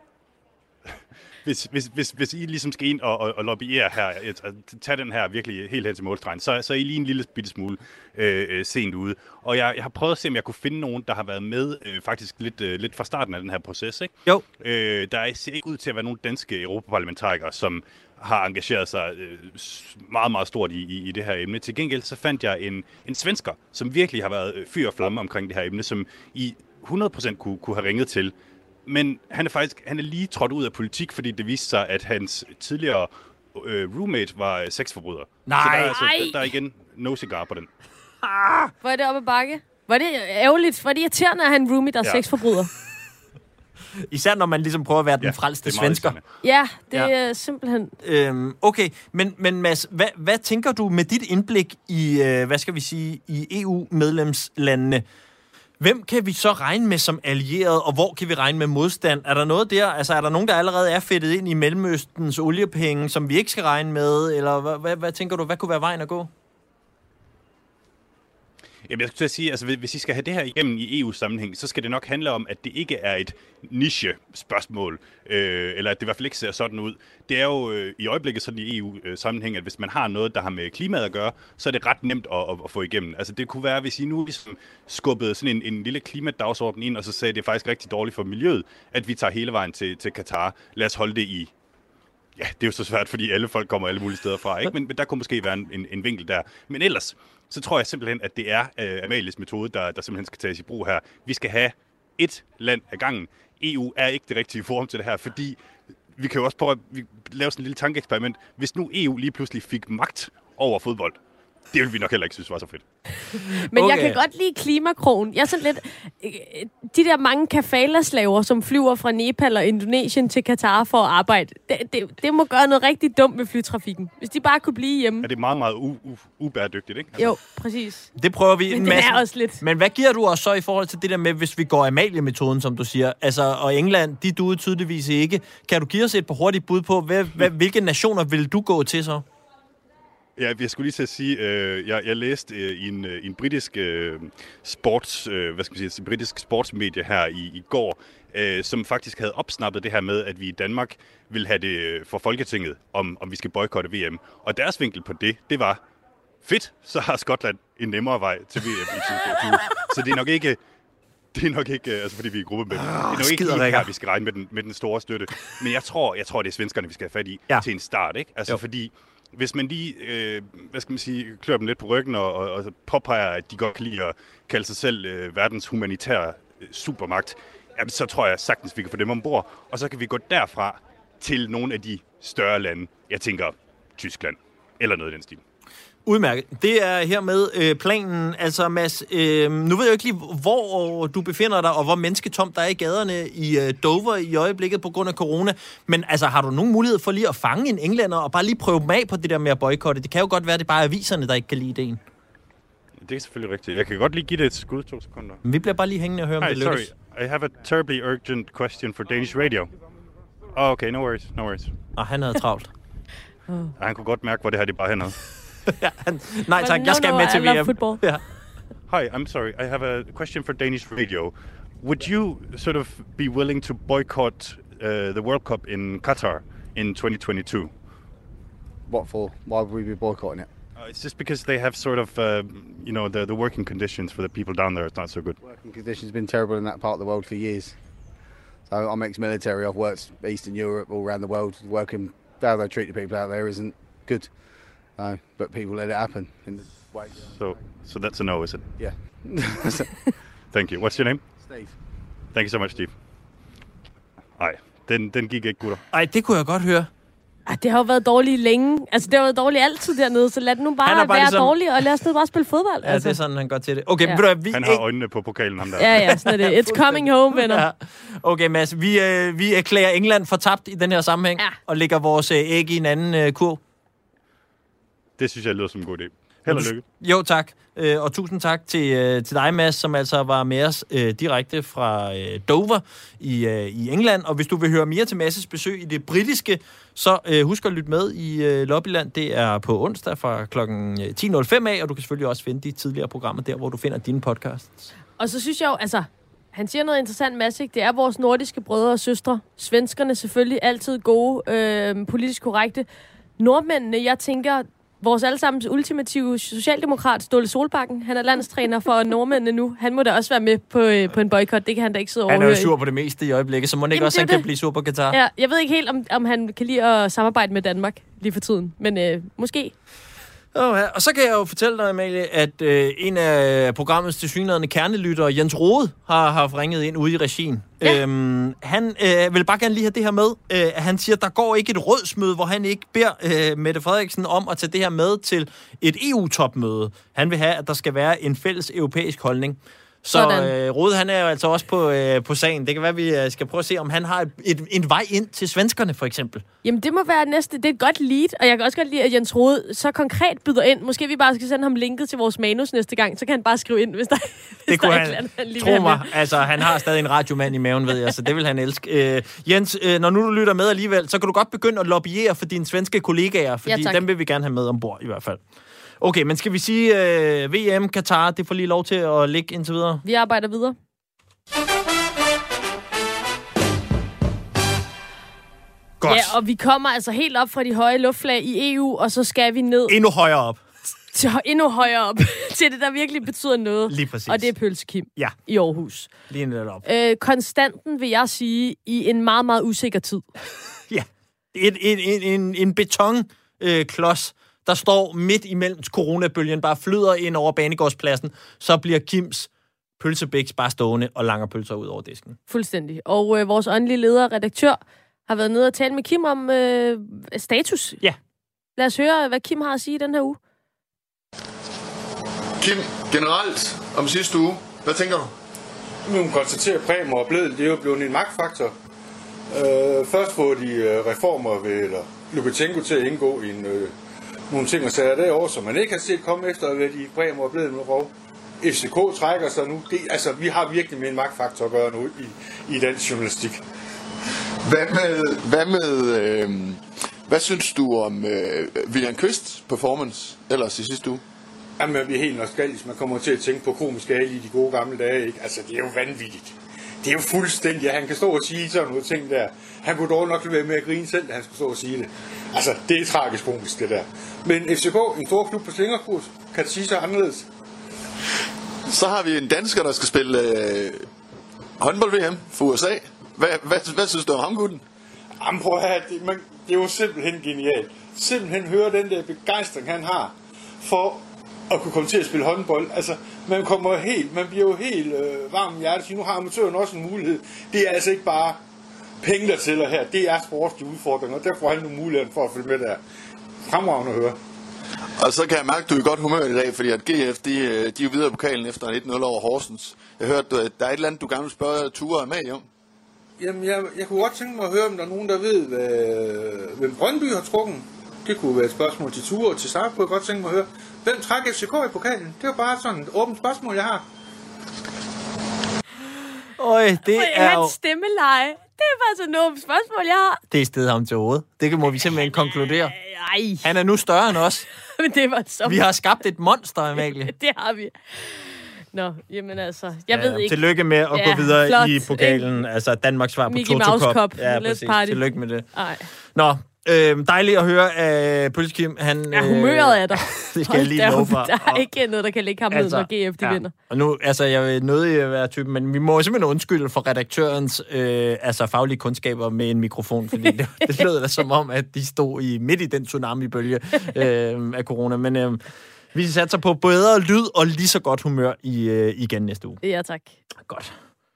hvis I ligesom skal ind og lobbyere her, tage den her virkelig helt hen til målstregen, så er I lige en lille bitte smule sent ude. Og jeg har prøvet at se, om jeg kunne finde nogen, der har været med faktisk lidt fra starten af den her proces. Ikke? Jo. Der ser ikke ud til at være nogle danske europaparlamentarikere, som har engageret sig meget, meget stort i det her emne. Til gengæld så fandt jeg en svensker, som virkelig har været fyr og flamme omkring det her emne, som I 100% kunne have ringet til. Men han er lige trådt ud af politik, fordi det viste sig, at hans tidligere roommate var sexforbryder. Nej! Så der er igen no cigar på den. Hvor er det oppe ad bakke? Var det ærgerligt? Var det irriterende at have en roommate, der er sexforbryder? Især når man ligesom prøver at være den frelste svensker. Ja, det er simpelthen... Okay, men Mads, hvad tænker du med dit indblik i, i EU-medlemslandene? Hvem kan vi så regne med som allieret, og hvor kan vi regne med modstand? Er der noget der? Altså, er der nogen, der allerede er fedtet ind i Mellemøstens oliepenge, som vi ikke skal regne med? Eller hvad tænker du, hvad kunne være vejen at gå? Jamen, jeg skulle til at sige, altså hvis I skal have det her igennem i EU-sammenhæng, så skal det nok handle om, at det ikke er et niche-spørgsmål, eller at det i hvert fald ikke ser sådan ud. Det er jo i øjeblikket sådan i EU-sammenhæng, at hvis man har noget, der har med klimaet at gøre, så er det ret nemt at få igennem. Altså det kunne være, hvis I nu ligesom skubbede sådan en lille klimadagsorden ind, og så sagde, at det er faktisk rigtig dårligt for miljøet, at vi tager hele vejen til Katar. Lad os holde det i... Ja, det er jo så svært, fordi alle folk kommer alle mulige steder fra, ikke? Men der kunne måske være en vinkel der. Men ellers, så tror jeg simpelthen, at det er Amalies metode, der simpelthen skal tages i brug her. Vi skal have et land ad gangen. EU er ikke det rigtige forum til det her, fordi vi kan jo også prøve at lave sådan en lille tankeeksperiment. Hvis nu EU lige pludselig fik magt over fodbold, det ville vi nok heller ikke synes var så fedt. Men jeg kan godt lide klimakrogen. Jeg er sådan lidt... De der mange kafalaslaver, som flyver fra Nepal og Indonesien til Katar for at arbejde, det må gøre noget rigtig dumt med flytrafikken. Hvis de bare kunne blive hjemme. Ja, det er meget, meget ubæredygtigt, ikke? Altså. Jo, præcis. Det prøver vi en masse. Også lidt. Men hvad giver du os så i forhold til det der med, hvis vi går Amalie-metoden, som du siger? Altså, og England, de duede tydeligvis ikke. Kan du give os et par hurtige bud på, hvilke nationer vil du gå til så? Ja, jeg skulle lige til at sige, jeg læste i en britisk britisk sportsmedie her i går, som faktisk havde opsnappet det her med, at vi i Danmark vil have det for Folketinget, om vi skal boykotte VM. Og deres vinkel på det var, fedt, så har Skotland en nemmere vej til VM i 2022. Så det er nok ikke, altså fordi vi er i gruppe med det. Det er nok ikke lige her, vi skal regne med den store støtte. Men jeg tror, det er svenskerne, vi skal have fat i til en start, ikke? Altså fordi... Hvis man lige, klør dem lidt på ryggen og påpeger, at de godt kan lide at kalde sig selv verdens humanitære supermagt, jamen, så tror jeg sagtens, vi kan få dem ombord. Og så kan vi gå derfra til nogle af de større lande. Jeg tænker Tyskland eller noget i den stil. Udmærket. Det er hermed planen. Altså, Mads, nu ved jeg ikke lige, hvor du befinder dig, og hvor mennesketomt der er i gaderne i Dover i øjeblikket på grund af corona. Men altså, har du nogen mulighed for lige at fange en englænder og bare lige prøve dem af på det der med at boykotte? Det kan jo godt være, det bare er aviserne, der ikke kan lide ideen. Det er selvfølgelig rigtigt. Jeg kan godt lige give det et skud 2 sekunder. Men vi bliver bare lige hængende og høre, om det lykkes. Sorry. I have a terribly urgent question for Danish radio. Oh, okay, no worries. Og han havde travlt. Han kunne godt mærke, hvor det her det bare hernede. Nej tak, jeg skal med til VM. Yeah. Hi, I'm sorry. I have a question for Danish radio. Would you sort of be willing to boycott the World Cup in Qatar in 2022. What for? Why would we be boycotting it? It's just because they have sort of, the working conditions for the people down there is not so good. Working conditions have been terrible in that part of the world for years. So I'm ex-military. I've worked Eastern Europe, all around the world. Working how they treat the people out there isn't good. But people let it happen in the way. So that's a no, is it? Yeah. Thank you. What's your name? Steve. Thank you so much, Steve. Ej, den gik ikke, gutter. Ej, det kunne jeg godt høre. Det har jo været dårligt længe. Altså, det har været dårligt altid dernede, så lad det nu bare være ligesom dårligt, og lad os nu bare spille fodbold. Ja, det er sådan, han går til det. Okay, ja. Han har øjnene på pokalen, ham der. Ja, sådan er det. It's coming home, venner. Ja. Okay, Mads, vi erklærer England for tabt i den her sammenhæng, og lægger vores æg i en anden kurv. Det synes jeg lyder som en god idé. Held og lykke. Jo, tak. Og tusind tak til dig, Mads, som altså var med os direkte fra Dover i England. Og hvis du vil høre mere til Mads' besøg i det britiske, så husk at lytte med i Lobbyland. Det er på onsdag fra kl. 10.05 af, og du kan selvfølgelig også finde de tidligere programmer der, hvor du finder dine podcasts. Og så synes jeg jo, altså, han siger noget interessant, Mads, ikke? Det er vores nordiske brødre og søstre. Svenskerne selvfølgelig altid gode, politisk korrekte. Nordmændene, jeg tænker... Vores allesammens ultimative socialdemokrat, Ståle Solbakken, han er landstræner for nordmændene nu. Han må da også være med på en boykot. Det kan han da ikke sidde overhøre. Han er jo sur på det meste i øjeblikket, så må ikke også han kan blive sur på Qatar. Ja, jeg ved ikke helt, om han kan lide at samarbejde med Danmark lige for tiden. Men måske. Og så kan jeg jo fortælle dig, Amalie, at en af programmets tilsyneladende kernelytter, Jens Rode, har ringet ind ude i regien. Ja. Han vil bare gerne lige have det her med. Han siger, at der går ikke et rådsmøde, hvor han ikke beder Mette Frederiksen om at tage det her med til et EU-topmøde. Han vil have, at der skal være en fælles europæisk holdning. Så Rode, han er jo altså også på sagen. Det kan være, at vi skal prøve at se, om han har en vej ind til svenskerne, for eksempel. Jamen, det må være næste. Det er et godt lead, og jeg kan også godt lide, at Jens Rode så konkret byder ind. Måske vi bare skal sende ham linket til vores manus næste gang, så kan han bare skrive ind, hvis der det kunne han tro mig. Altså, han har stadig en radiomand i maven, ved jeg, så det vil han elske. Jens, når nu du lytter med alligevel, så kan du godt begynde at lobbyere for dine svenske kollegaer, fordi dem vil vi gerne have med ombord i hvert fald. Okay, men skal vi sige VM, Qatar, det får lige lov til at ligge indtil videre? Vi arbejder videre. Godt. Ja, og vi kommer altså helt op fra de høje luftlag i EU, og så skal vi ned... Endnu højere op. Endnu højere op til det, der virkelig betyder noget. Lige præcis. Og det er Pølsekim i Aarhus. Lige netop op. Konstanten, vil jeg sige, i en meget, meget usikker tid. Ja, en betonklods, der står midt imellem coronabølgen, bare flyder ind over Banegårdspladsen, så bliver Kims pølsebæks bare stående og langer pølser ud over disken. Fuldstændig. Og vores åndelige leder og redaktør har været nede og tale med Kim om status. Ja. Lad os høre, hvad Kim har at sige den her uge. Kim, generelt om sidste uge, hvad tænker du? Vi må konstatere, at Bremer og Bledel, det er jo blevet en magtfaktor. Først får de reformer ved Lukashenko til at indgå i nogle ting og sager derovre, som man ikke har set komme efter, hvad de Bremer og Bledel med rov. FCK trækker sig nu. Vi har virkelig med en magtfaktor at gøre nu i dansk journalistik. Hvad synes du om William Kvist performance ellers i sidste uge? Jamen, vi er helt nostalgisk. Man kommer til at tænke på Komisk Ali i de gode gamle dage, ikke? Altså, det er jo vanvittigt. Det er jo fuldstændig, at han kan stå og sige sådan nogle ting der. Han kunne dog nok være med at grine selv, da han skulle stå og sige det. Altså, det er tragisk komisk, det der. Men FCK, en stor klub på slingerkurs, kan sige sig anderledes. Så har vi en dansker, der skal spille håndbold-VM for USA. Hvad synes du om ham, gutten? Jamen, prøv at høre, det er jo simpelthen genialt. Simpelthen høre den der begejstring, han har for at kunne komme til at spille håndbold. Altså, man bliver jo helt varm i hjertet, for nu har amatøren også en mulighed. Det er altså ikke bare penge, der tæller her. Det er sportslige udfordringer, og der får han nogle muligheder for at følge med der. Fremragende at høre. Og så kan jeg mærke, at du er i godt humør i dag, fordi at GF, de er jo videre i pokalen efter 1-0 over Horsens. Jeg hørte, at der er et eller andet, du gerne vil spørge Ture og Amalie om. Jamen, jeg kunne godt tænke mig at høre, om der er nogen, der ved, hvem Brøndby har trukket. Det kunne være et spørgsmål til Ture og til Sarp, kunne jeg godt tænke mig at høre. Hvem trækker FCK i pokalen? Det var bare sådan et åbent spørgsmål, jeg har. Det er jo... Hans stemmeleje. Det er bare sådan et åbent spørgsmål, jeg har. Det er stedet ham til hovedet. Det må vi simpelthen konkludere. Ej. Han er nu større end os. Men det var så... Vi har skabt et monster, Amalie. Det har vi. Nå, jamen altså, jeg ved ikke. Tillykke med at gå videre flot, i pokalen. Ikke? Altså Danmarks svar på Toto Cup. Ja, præcis. Party. Tillykke med det. Ej. Nå, dejligt at høre af Pølse Kim. Humøret er der. Det skal jeg lige love for. Der er ikke noget, der kan lægge ham ned, når GF de vinder. Og nu, altså, jeg vil nødig være typen, men vi må simpelthen undskylde for redaktørens faglige kundskaber med en mikrofon, fordi det lød da som om, at de stod midt i den tsunami-bølge af corona. Men vi satser på bedre lyd og lige så godt humør igen næste uge. Ja, tak. Godt.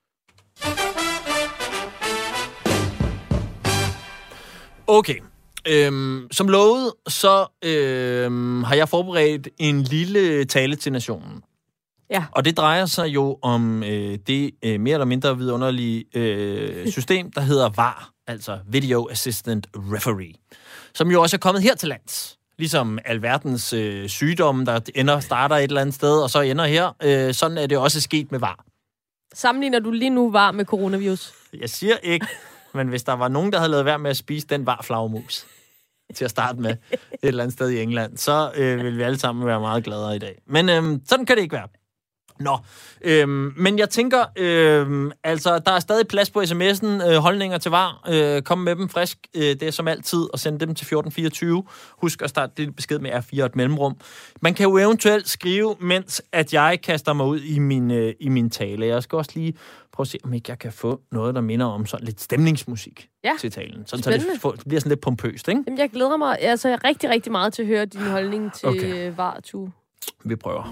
Okay. Som lovet, så har jeg forberedt en lille tale til nationen. Ja. Og det drejer sig jo om det mere eller mindre vidunderlige system, der hedder VAR, altså Video Assistant Referee, som jo også er kommet her til lands. Ligesom alverdens sygdomme, der starter et eller andet sted, og så ender her. Sådan er det også sket med VAR. Sammenligner du lige nu VAR med coronavirus? Jeg siger ikke, men hvis der var nogen, der havde lavet være med at spise den VAR-flagermus til at starte med et eller andet sted i England, så vil vi alle sammen være meget gladere i dag. Men sådan kan det ikke være. Nå, men jeg tænker, altså, der er stadig plads på sms'en, holdninger til VAR. Kom med dem frisk, det er som altid, og send dem til 1424. Husk at starte det besked med R4 og et mellemrum. Man kan jo eventuelt skrive, mens at jeg kaster mig ud i min tale. Jeg skal også lige prøve at se, om ikke jeg kan få noget, der minder om sådan lidt stemningsmusik til talen. Sådan, så det bliver sådan lidt pompøst, ikke? Jamen, jeg glæder mig rigtig, rigtig meget til at høre din holdning til VAR, Tue. Vi prøver.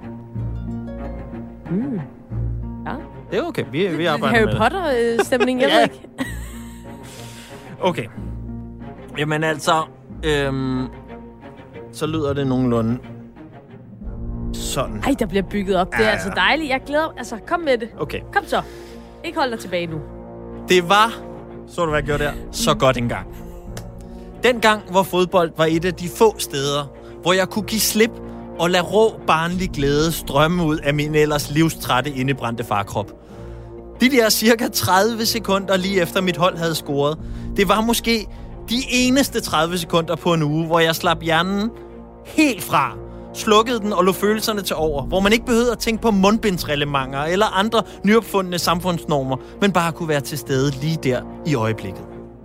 Ja. Det er okay. Vi arbejder Harry med det. Harry Potter-stemning, jeg ved ikke. Okay. Jamen altså, så lyder det nogenlunde sådan. Ej, der bliver bygget op. Det er altså dejligt. Jeg glæder mig. Altså, kom med det. Okay. Kom så. Ikke hold dig tilbage nu. Det var, så du hvad jeg gjorde der, så godt en gang. Den gang, hvor fodbold var et af de få steder, hvor jeg kunne give slip og lade rå, barnlig glæde strømme ud af min ellers livstrætte indebrændte farkrop. De der cirka 30 sekunder lige efter mit hold havde scoret, det var måske de eneste 30 sekunder på en uge, hvor jeg slap hjernen helt fra, slukkede den og lå følelserne til over, hvor man ikke behøvede at tænke på mundbindsreglementer eller andre nyopfundne samfundsnormer, men bare kunne være til stede lige der i øjeblikket.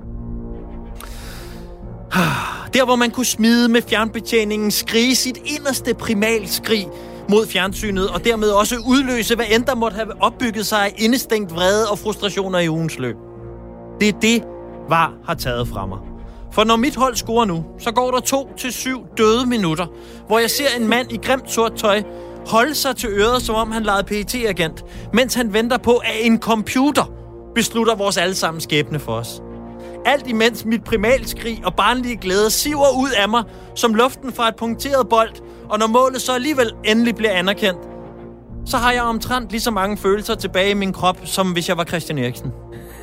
Der, hvor man kunne smide med fjernbetjeningen, skrige sit inderste primalskrig mod fjernsynet, og dermed også udløse, hvad end der måtte have opbygget sig af indestængt vrede og frustrationer i ugens løb. Det er det, VAR har taget fra mig. For når mit hold scorer nu, så går der 2-7 døde minutter, hvor jeg ser en mand i grimt sort tøj holde sig til øret, som om han legede PET-agent, mens han venter på, at en computer beslutter vores allesammens skæbne for os. Alt imens mit primalskrig og barnlige glæde siver ud af mig som luften fra et punkteret bold, og når målet så alligevel endelig bliver anerkendt, så har jeg omtrent lige så mange følelser tilbage i min krop, som hvis jeg var Christian Eriksen.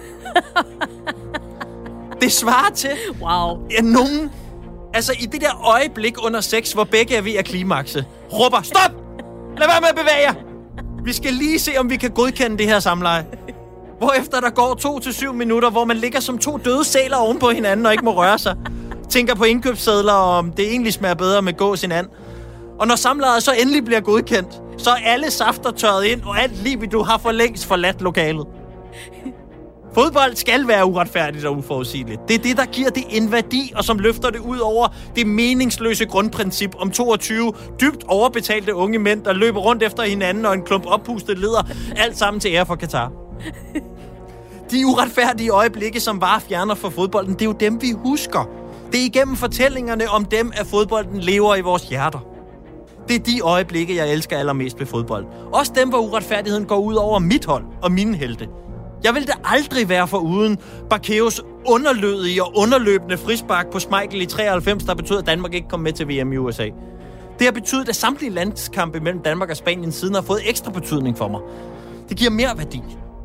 Det svarer til, at nogen, altså i det der øjeblik under sex, hvor begge er ved at klimakse, råber, stop! Lad være med at bevæge jer! Vi skal lige se, om vi kan godkende det her samleje. Hvorefter der går 2-7 minutter, hvor man ligger som 2 døde sæler oven på hinanden og ikke må røre sig. Tænker på indkøbssedler, om det egentlig smager bedre med gås end and. Og når samlejet så endelig bliver godkendt, så er alle safter tørret ind, og alt libido har for længst forladt lokalet. Fodbold skal være uretfærdigt og uforudsigeligt. Det er det, der giver det en værdi, og som løfter det ud over det meningsløse grundprincip om 22 dybt overbetalte unge mænd, der løber rundt efter hinanden og en klump oppustet leder, alt sammen til ære for Katar. De uretfærdige øjeblikke, som VAR fjerner fra fodbolden, det er jo dem, vi husker. Det er igennem fortællingerne om dem, at fodbolden lever i vores hjerter. Det er de øjeblikke, jeg elsker allermest ved fodbold. Også dem, hvor uretfærdigheden går ud over mit hold og mine helte. Jeg vil da aldrig være foruden Bakkeus underlødige og underløbende frispark på Schmeichel i 93, der betød, at Danmark ikke kom med til VM i USA. Det har betydet, at samtlige landskampe mellem Danmark og Spanien siden har fået ekstra betydning for mig. Det giver mere værdi.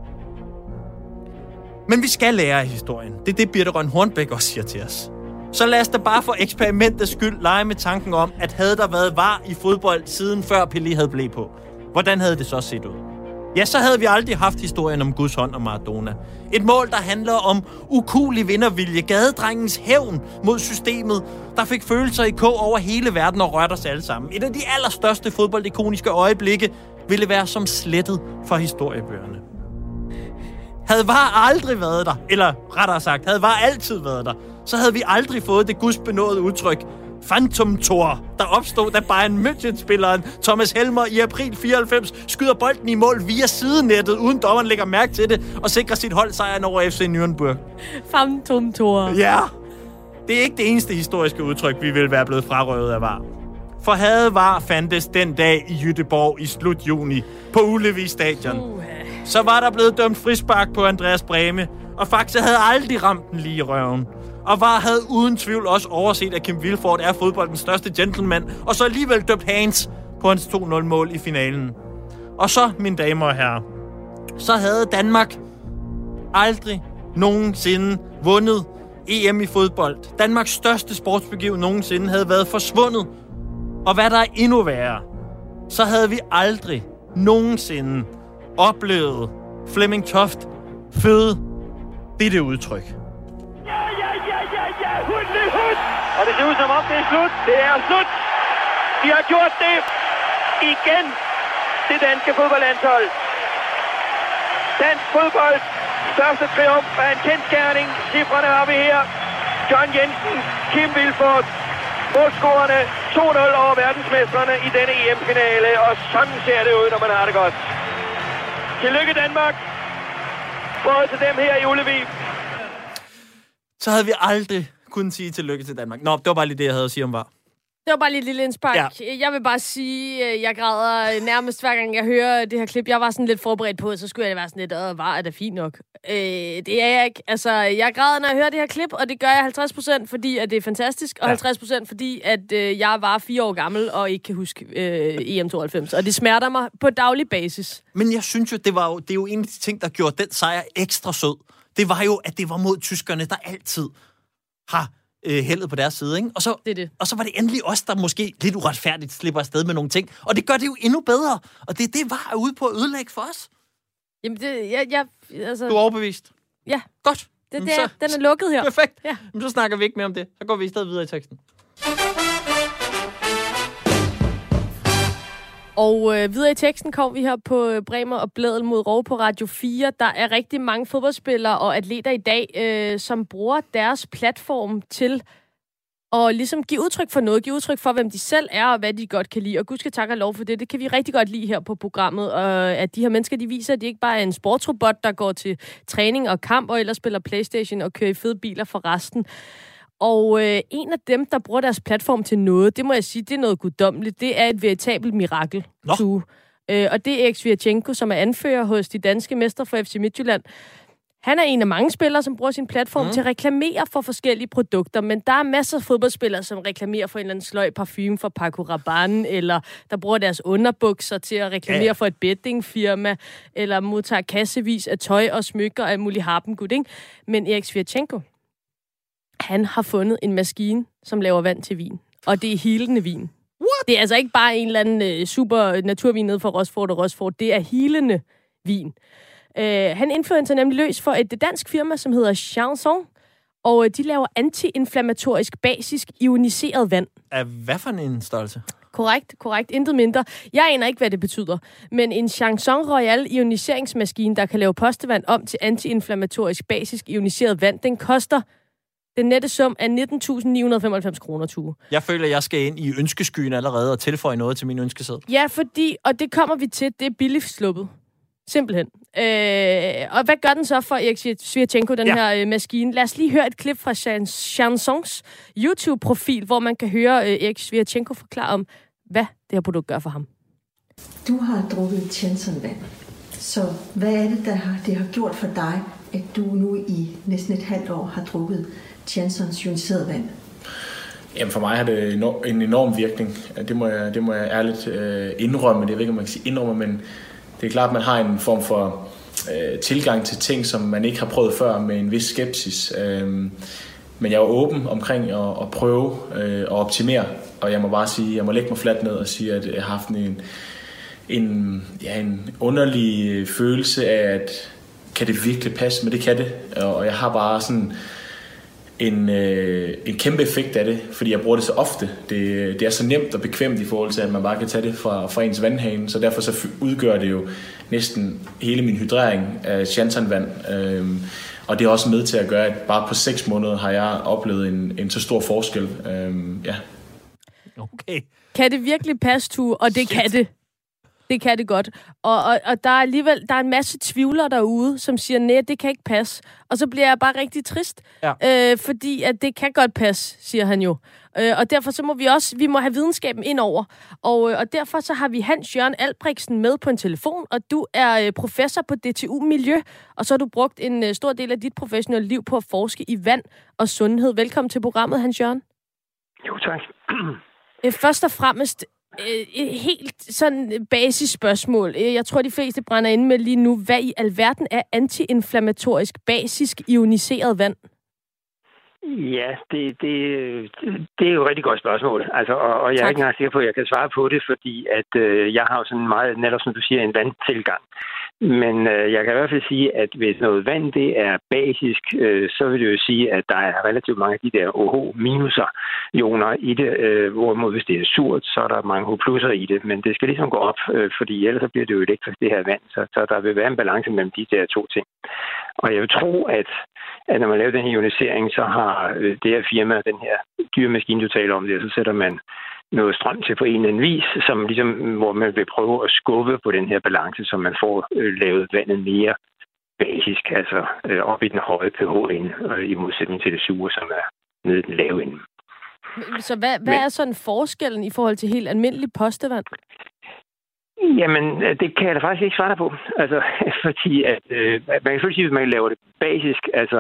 Men vi skal lære af historien. Det er det, Birthe Rønn Hornbech også siger til os. Så lad os da bare for eksperimentets skyld lege med tanken om, at havde der været VAR i fodbold siden før Pelé havde ble på. Hvordan havde det så set ud? Ja, så havde vi aldrig haft historien om Guds hånd og Maradona. Et mål, der handler om ukuelig vindervilje, gadedrengens hævn mod systemet, der fik følelser i kog over hele verden og rørte os alle sammen. Et af de allerstørste fodboldikoniske øjeblikke ville være som slettet fra historiebøgerne. Havde VAR aldrig været der, eller rettere sagt, havde VAR altid været der, så havde vi aldrig fået det gudsbenåede udtryk Phantom-Tor, der opstod, da Bayern München-spilleren Thomas Helmer i april 94 skyder bolden i mål via sidenettet, uden dommeren lægger mærke til det, og sikrer sit hold sejren over FC Nürnberg. Phantom-Tor. Ja, det er ikke det eneste historiske udtryk, vi ville være blevet frarøvet af VAR. For havde VAR fandtes den dag i Göteborg i slut juni på Ullevi Stadion, så var der blevet dømt frispark på Andreas Brehme, og Faxe havde aldrig ramt den lige i røven. Og VAR havde uden tvivl også overset, at Kim Vilfort er fodboldens største gentleman, og så alligevel dømt hands på hans 2-0-mål i finalen. Og så, mine damer og herrer, så havde Danmark aldrig nogensinde vundet EM i fodbold. Danmarks største sportsbegivenhed nogensinde havde været forsvundet. Og hvad der er endnu værre, så havde vi aldrig nogensinde oplevet Flemming Toft føde dette udtryk. Hud! Og det ser ud som om det er slut. Det er slut. De har gjort det igen. Det danske fodboldlandshold. Dansk fodbold. Største triumf er en kendsgerning. Cifrene har vi her. John Jensen, Kim Vilfort. Målscorerne 2-0 over verdensmestrene i denne EM-finale. Og sådan ser det ud, når man har det godt. Tillykke Danmark. Både til dem her i Ullevi. Så havde vi aldrig kunnet sige tillykke til Danmark. Nå, det var bare lige det, jeg havde at sige om VAR. Det var bare lige et lille indspark. Ja. Jeg vil bare sige, jeg græder nærmest hver gang, jeg hører det her klip. Jeg var sådan lidt forberedt på, så skulle jeg være sådan lidt, VAR er da fint nok. Det er jeg ikke. Altså, jeg græder, når jeg hører det her klip, og det gør jeg 50%, fordi at det er fantastisk, og 50% fordi, at jeg var 4 år gammel og ikke kan huske EM92. Og det smerter mig på daglig basis. Men jeg synes jo, det er jo en af de ting, der gjorde den sejr ekstra sød. Det var jo, at det var mod tyskerne, der altid har heldet på deres side, ikke? Og så, og så var det endelig os, der måske lidt uretfærdigt slipper afsted med nogle ting. Og det gør det jo endnu bedre. Og det var ude på at ødelægge for os. Jamen, altså... Du er overbevist? Ja. Godt. Den er lukket her. Perfekt. Ja. Men så snakker vi ikke mere om det. Så går vi i stedet videre i teksten. Og videre i teksten kom vi her på Bremer og Blædel mod Rov på Radio 4. Der er rigtig mange fodboldspillere og atleter i dag, som bruger deres platform til at ligesom give udtryk for noget. Give udtryk for, hvem de selv er og hvad de godt kan lide. Og gud skal takke og lov for det. Det kan vi rigtig godt lide her på programmet. Og at de her mennesker, de viser, at de ikke bare er en sportsrobot, der går til træning og kamp og ellers spiller PlayStation og kører i fede biler for resten. Og en af dem, der bruger deres platform til noget, det må jeg sige, det er noget guddommeligt. Det er et veritabelt mirakel. Og det er Erik Sviatchenko, som er anfører hos de danske mestre for FC Midtjylland. Han er en af mange spillere, som bruger sin platform til at reklamere for forskellige produkter, men der er masser af fodboldspillere, som reklamerer for en eller anden sløj parfume fra Paco Rabanne, eller der bruger deres underbukser til at reklamere for et bettingfirma, eller modtager kassevis af tøj og smykker af mulig harpengud, ikke? Men Erik Sviatchenko, han har fundet en maskine, som laver vand til vin. Og det er hilende vin. What? Det er altså ikke bare en eller anden super naturvin nede fra Rosford og Rosford. Det er hilende vin. Han indfører sig nemlig løs for et dansk firma, som hedder Chanson. Og de laver antiinflammatorisk basisk ioniseret vand. Af hvad for en størrelse? Korrekt. Intet mindre. Jeg aner ikke, hvad det betyder. Men en Chanson Royal ioniseringsmaskine, der kan lave postevand om til antiinflammatorisk basisk ioniseret vand, den koster den nette sum af 19.995 kroner, Tue. Jeg føler, jeg skal ind i ønskeskyen allerede og tilføje noget til min ønskeseddel. Ja, fordi, og det kommer vi til, det er billigt sluppet. Simpelthen. Og hvad gør den så for Erik Sviatchenko, den her maskine? Lad os lige høre et klip fra Chansons YouTube-profil, hvor man kan høre Erik Sviatchenko forklare om, hvad det her produkt gør for ham. Du har drukket Chanson-vand. Så hvad er det, det har gjort for dig, at du nu i næsten et halvt år har drukket Chansons ioniseret vand? Jamen for mig har det en enorm virkning. Det må jeg ærligt indrømme. Jeg ved ikke, om man kan sige indrømme, men det er klart, at man har en form for tilgang til ting, som man ikke har prøvet før med en vis skepsis. Men jeg er åben omkring at prøve at optimere, og jeg må bare sige, jeg må lægge mig fladt ned og sige, at jeg har haft en underlig følelse af, at kan det virkelig passe, men det kan det. Og jeg har bare sådan en kæmpe effekt af det, fordi jeg bruger det så ofte. Det er så nemt og bekvemt i forhold til, at man bare kan tage det fra ens vandhane, så derfor så udgør det jo næsten hele min hydrering af Chanson-vand. Og det er også med til at gøre, at bare på 6 måneder har jeg oplevet en så stor forskel. Ja. Okay. Kan det virkelig passe, Tue? Og det kan det. Det kan det godt. Og der er alligevel en masse tvivlere derude, som siger, nej, det kan ikke passe. Og så bliver jeg bare rigtig trist, fordi at det kan godt passe, siger han jo. Og derfor så må vi må have videnskaben ind over. Og derfor så har vi Hans Jørgen Albrechtsen med på en telefon, og du er professor på DTU Miljø, og så har du brugt en stor del af dit professionelle liv på at forske i vand og sundhed. Velkommen til programmet, Hans Jørgen. Jo, tak. Først og fremmest, helt sådan basisspørgsmål. Jeg tror, de fleste brænder inde med lige nu. Hvad i alverden er antiinflammatorisk basisk ioniseret vand? Ja, det er jo et rigtig godt spørgsmål. Altså, og jeg er ikke engang sikker på, at jeg kan svare på det, fordi at jeg har jo sådan meget, netop som du siger, en vandtilgang. Men jeg kan i hvert fald sige, at hvis noget vand det er basisk, så vil det jo sige, at der er relativt mange af de der OH-minuser ioner i det, hvorimod hvis det er surt, så er der mange H+'er i det. Men det skal ligesom gå op, fordi ellers så bliver det jo elektrisk, det her vand. Så der vil være en balance mellem de der to ting. Og jeg vil tro, at når man laver den her ionisering, så har det her firma, den her dyre maskine, du taler om det, så sætter man noget strøm til på en eller anden vis, som ligesom, hvor man vil prøve at skubbe på den her balance, så man får lavet vandet mere basisk, altså op i den høje pH-ende, i modsætning til det sure, som er nede i den lave ende. Så hvad er sådan forskellen i forhold til helt almindelig postevand? Jamen, det kan jeg da faktisk ikke svare dig på. Altså, fordi at man kan selvfølgelig sige, at man laver det basisk, altså,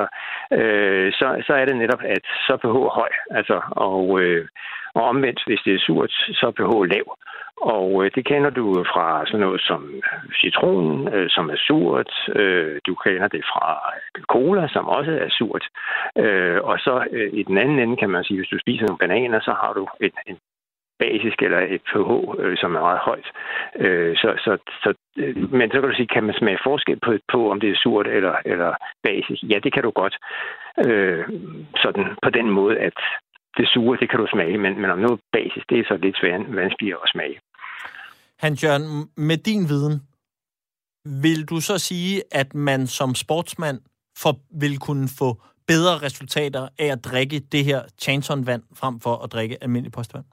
så er det netop, at så pH høj, altså, og omvendt, hvis det er surt, så pH lav. Og det kender du fra sådan noget som citron, som er surt. Du kender det fra cola, som også er surt. Og så i den anden ende kan man sige, hvis du spiser nogle bananer, så har du en basisk eller et pH, som er meget højt. Men så kan du sige, kan man smage forskel på om det er surt eller basisk? Ja, det kan du godt. Sådan på den måde, at det sure, det kan du smage, men om noget basisk, det er så lidt vanskeligere at smage. Hans-Jørgen, med din viden, vil du så sige, at man som sportsmand vil kunne få bedre resultater af at drikke det her Chanson-vand, frem for at drikke almindelig postvand?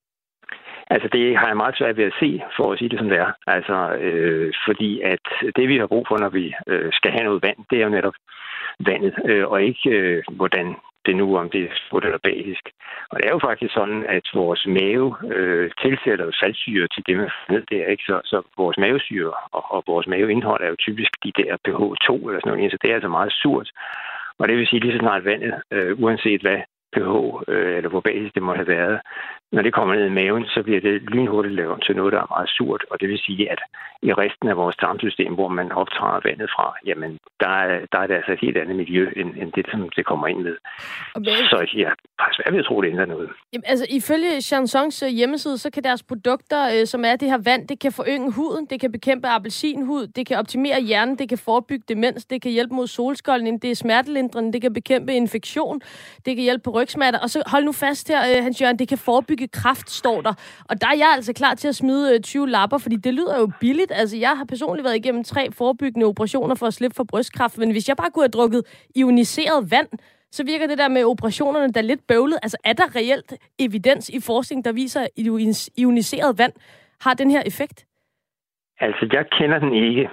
Altså, det har jeg meget svært ved at se, for at sige det som det er. Altså, fordi at det, vi har brug for, når vi skal have noget vand, det er jo netop vandet, og ikke hvordan det nu, om det er surt eller basisk. Og det er jo faktisk sådan, at vores mave tilsætter saltsyre til det, man får ned der, ikke? Så vores mavesyre og vores maveindhold er jo typisk de der pH2 eller sådan noget, så det er altså meget surt. Og det vil sige, lige så snart vandet, uanset hvad pH, eller hvor basisk det må have været, når det kommer ned i maven, så bliver det lynhurtigt lavet til noget, der er meget surt. Og det vil sige, at i resten af vores tarmsystem, hvor man optager vandet fra, jamen, der er det altså et helt andet miljø, end det, som det kommer ind med. Så jeg har svært ved at tro, det ændrer noget. Jamen, altså, ifølge Chansons hjemmeside, så kan deres produkter, som er det her vand, det kan forynge huden, det kan bekæmpe appelsinhud, det kan optimere hjernen, det kan forebygge demens, det kan hjælpe mod solskoldning, det er smertelindrende, det kan bekæmpe infektion, det kan hjælpe på rygsmerter, og så hold nu fast her, Hans Jørgen, det kan forebygge kræft, står der. Og der er jeg altså klar til at smide 20 lapper, fordi det lyder jo billigt. Altså, jeg har personligt været igennem 3 forebyggende operationer for at slippe for brystkræft, men hvis jeg bare kunne have drukket ioniseret vand, så virker det der med operationerne der lidt bøvlet. Altså, er der reelt evidens i forskning, der viser, at ioniseret vand har den her effekt? Altså, jeg kender den ikke,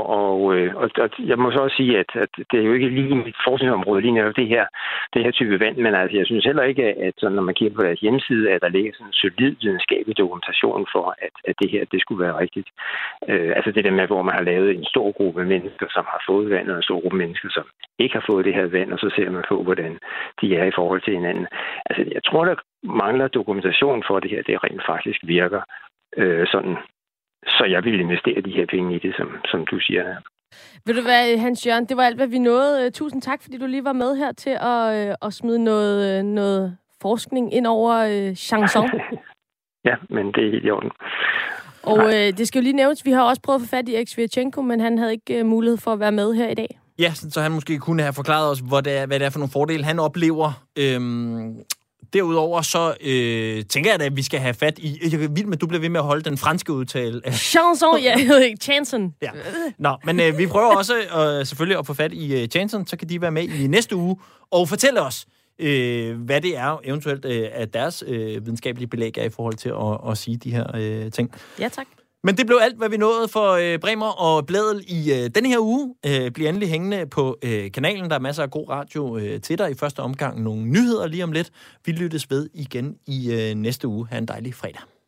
og jeg må så også sige, at det er jo ikke lige mit forskningsområde, lige netop det her type vand, men altså, jeg synes heller ikke, at når man kigger på deres hjemmeside, at der ligger sådan en solid videnskabelig dokumentation for, at det her, det skulle være rigtigt. Altså det der med, hvor man har lavet en stor gruppe mennesker, som har fået vand, og en stor gruppe mennesker, som ikke har fået det her vand, og så ser man på, hvordan de er i forhold til hinanden. Altså, jeg tror, der mangler dokumentation for, at det her, det rent faktisk virker sådan. Så jeg vil investere de her penge i det, som du siger her. Ved du hvad, Hans Jørgen, det var alt, hvad vi nåede. Tusind tak, fordi du lige var med her til at smide noget forskning ind over Chanson. Ja, men det er helt i orden. Og det skal jo lige nævnes, vi har også prøvet at få fat i Sviatchenko, men han havde ikke mulighed for at være med her i dag. Ja, så han måske kunne have forklaret os, hvad det er for nogle fordele, han oplever. Derudover så tænker jeg da, at vi skal have fat i... Jeg er vild med, at du bliver ved med at holde den franske udtale. Chanson, ja, jeg ved ikke. Chanson. Ja. Nå, men vi prøver også selvfølgelig at få fat i Chanson, så kan de være med i næste uge og fortælle os, hvad det er eventuelt at deres videnskabelige belæg er i forhold til at sige de her ting. Ja, tak. Men det blev alt, hvad vi nåede for Bremer og Blædel i denne her uge. Bliv endelig hængende på kanalen. Der er masser af god radio til dig. I første omgang nogle nyheder lige om lidt. Vi lyttes ved igen i næste uge. Ha' en dejlig fredag.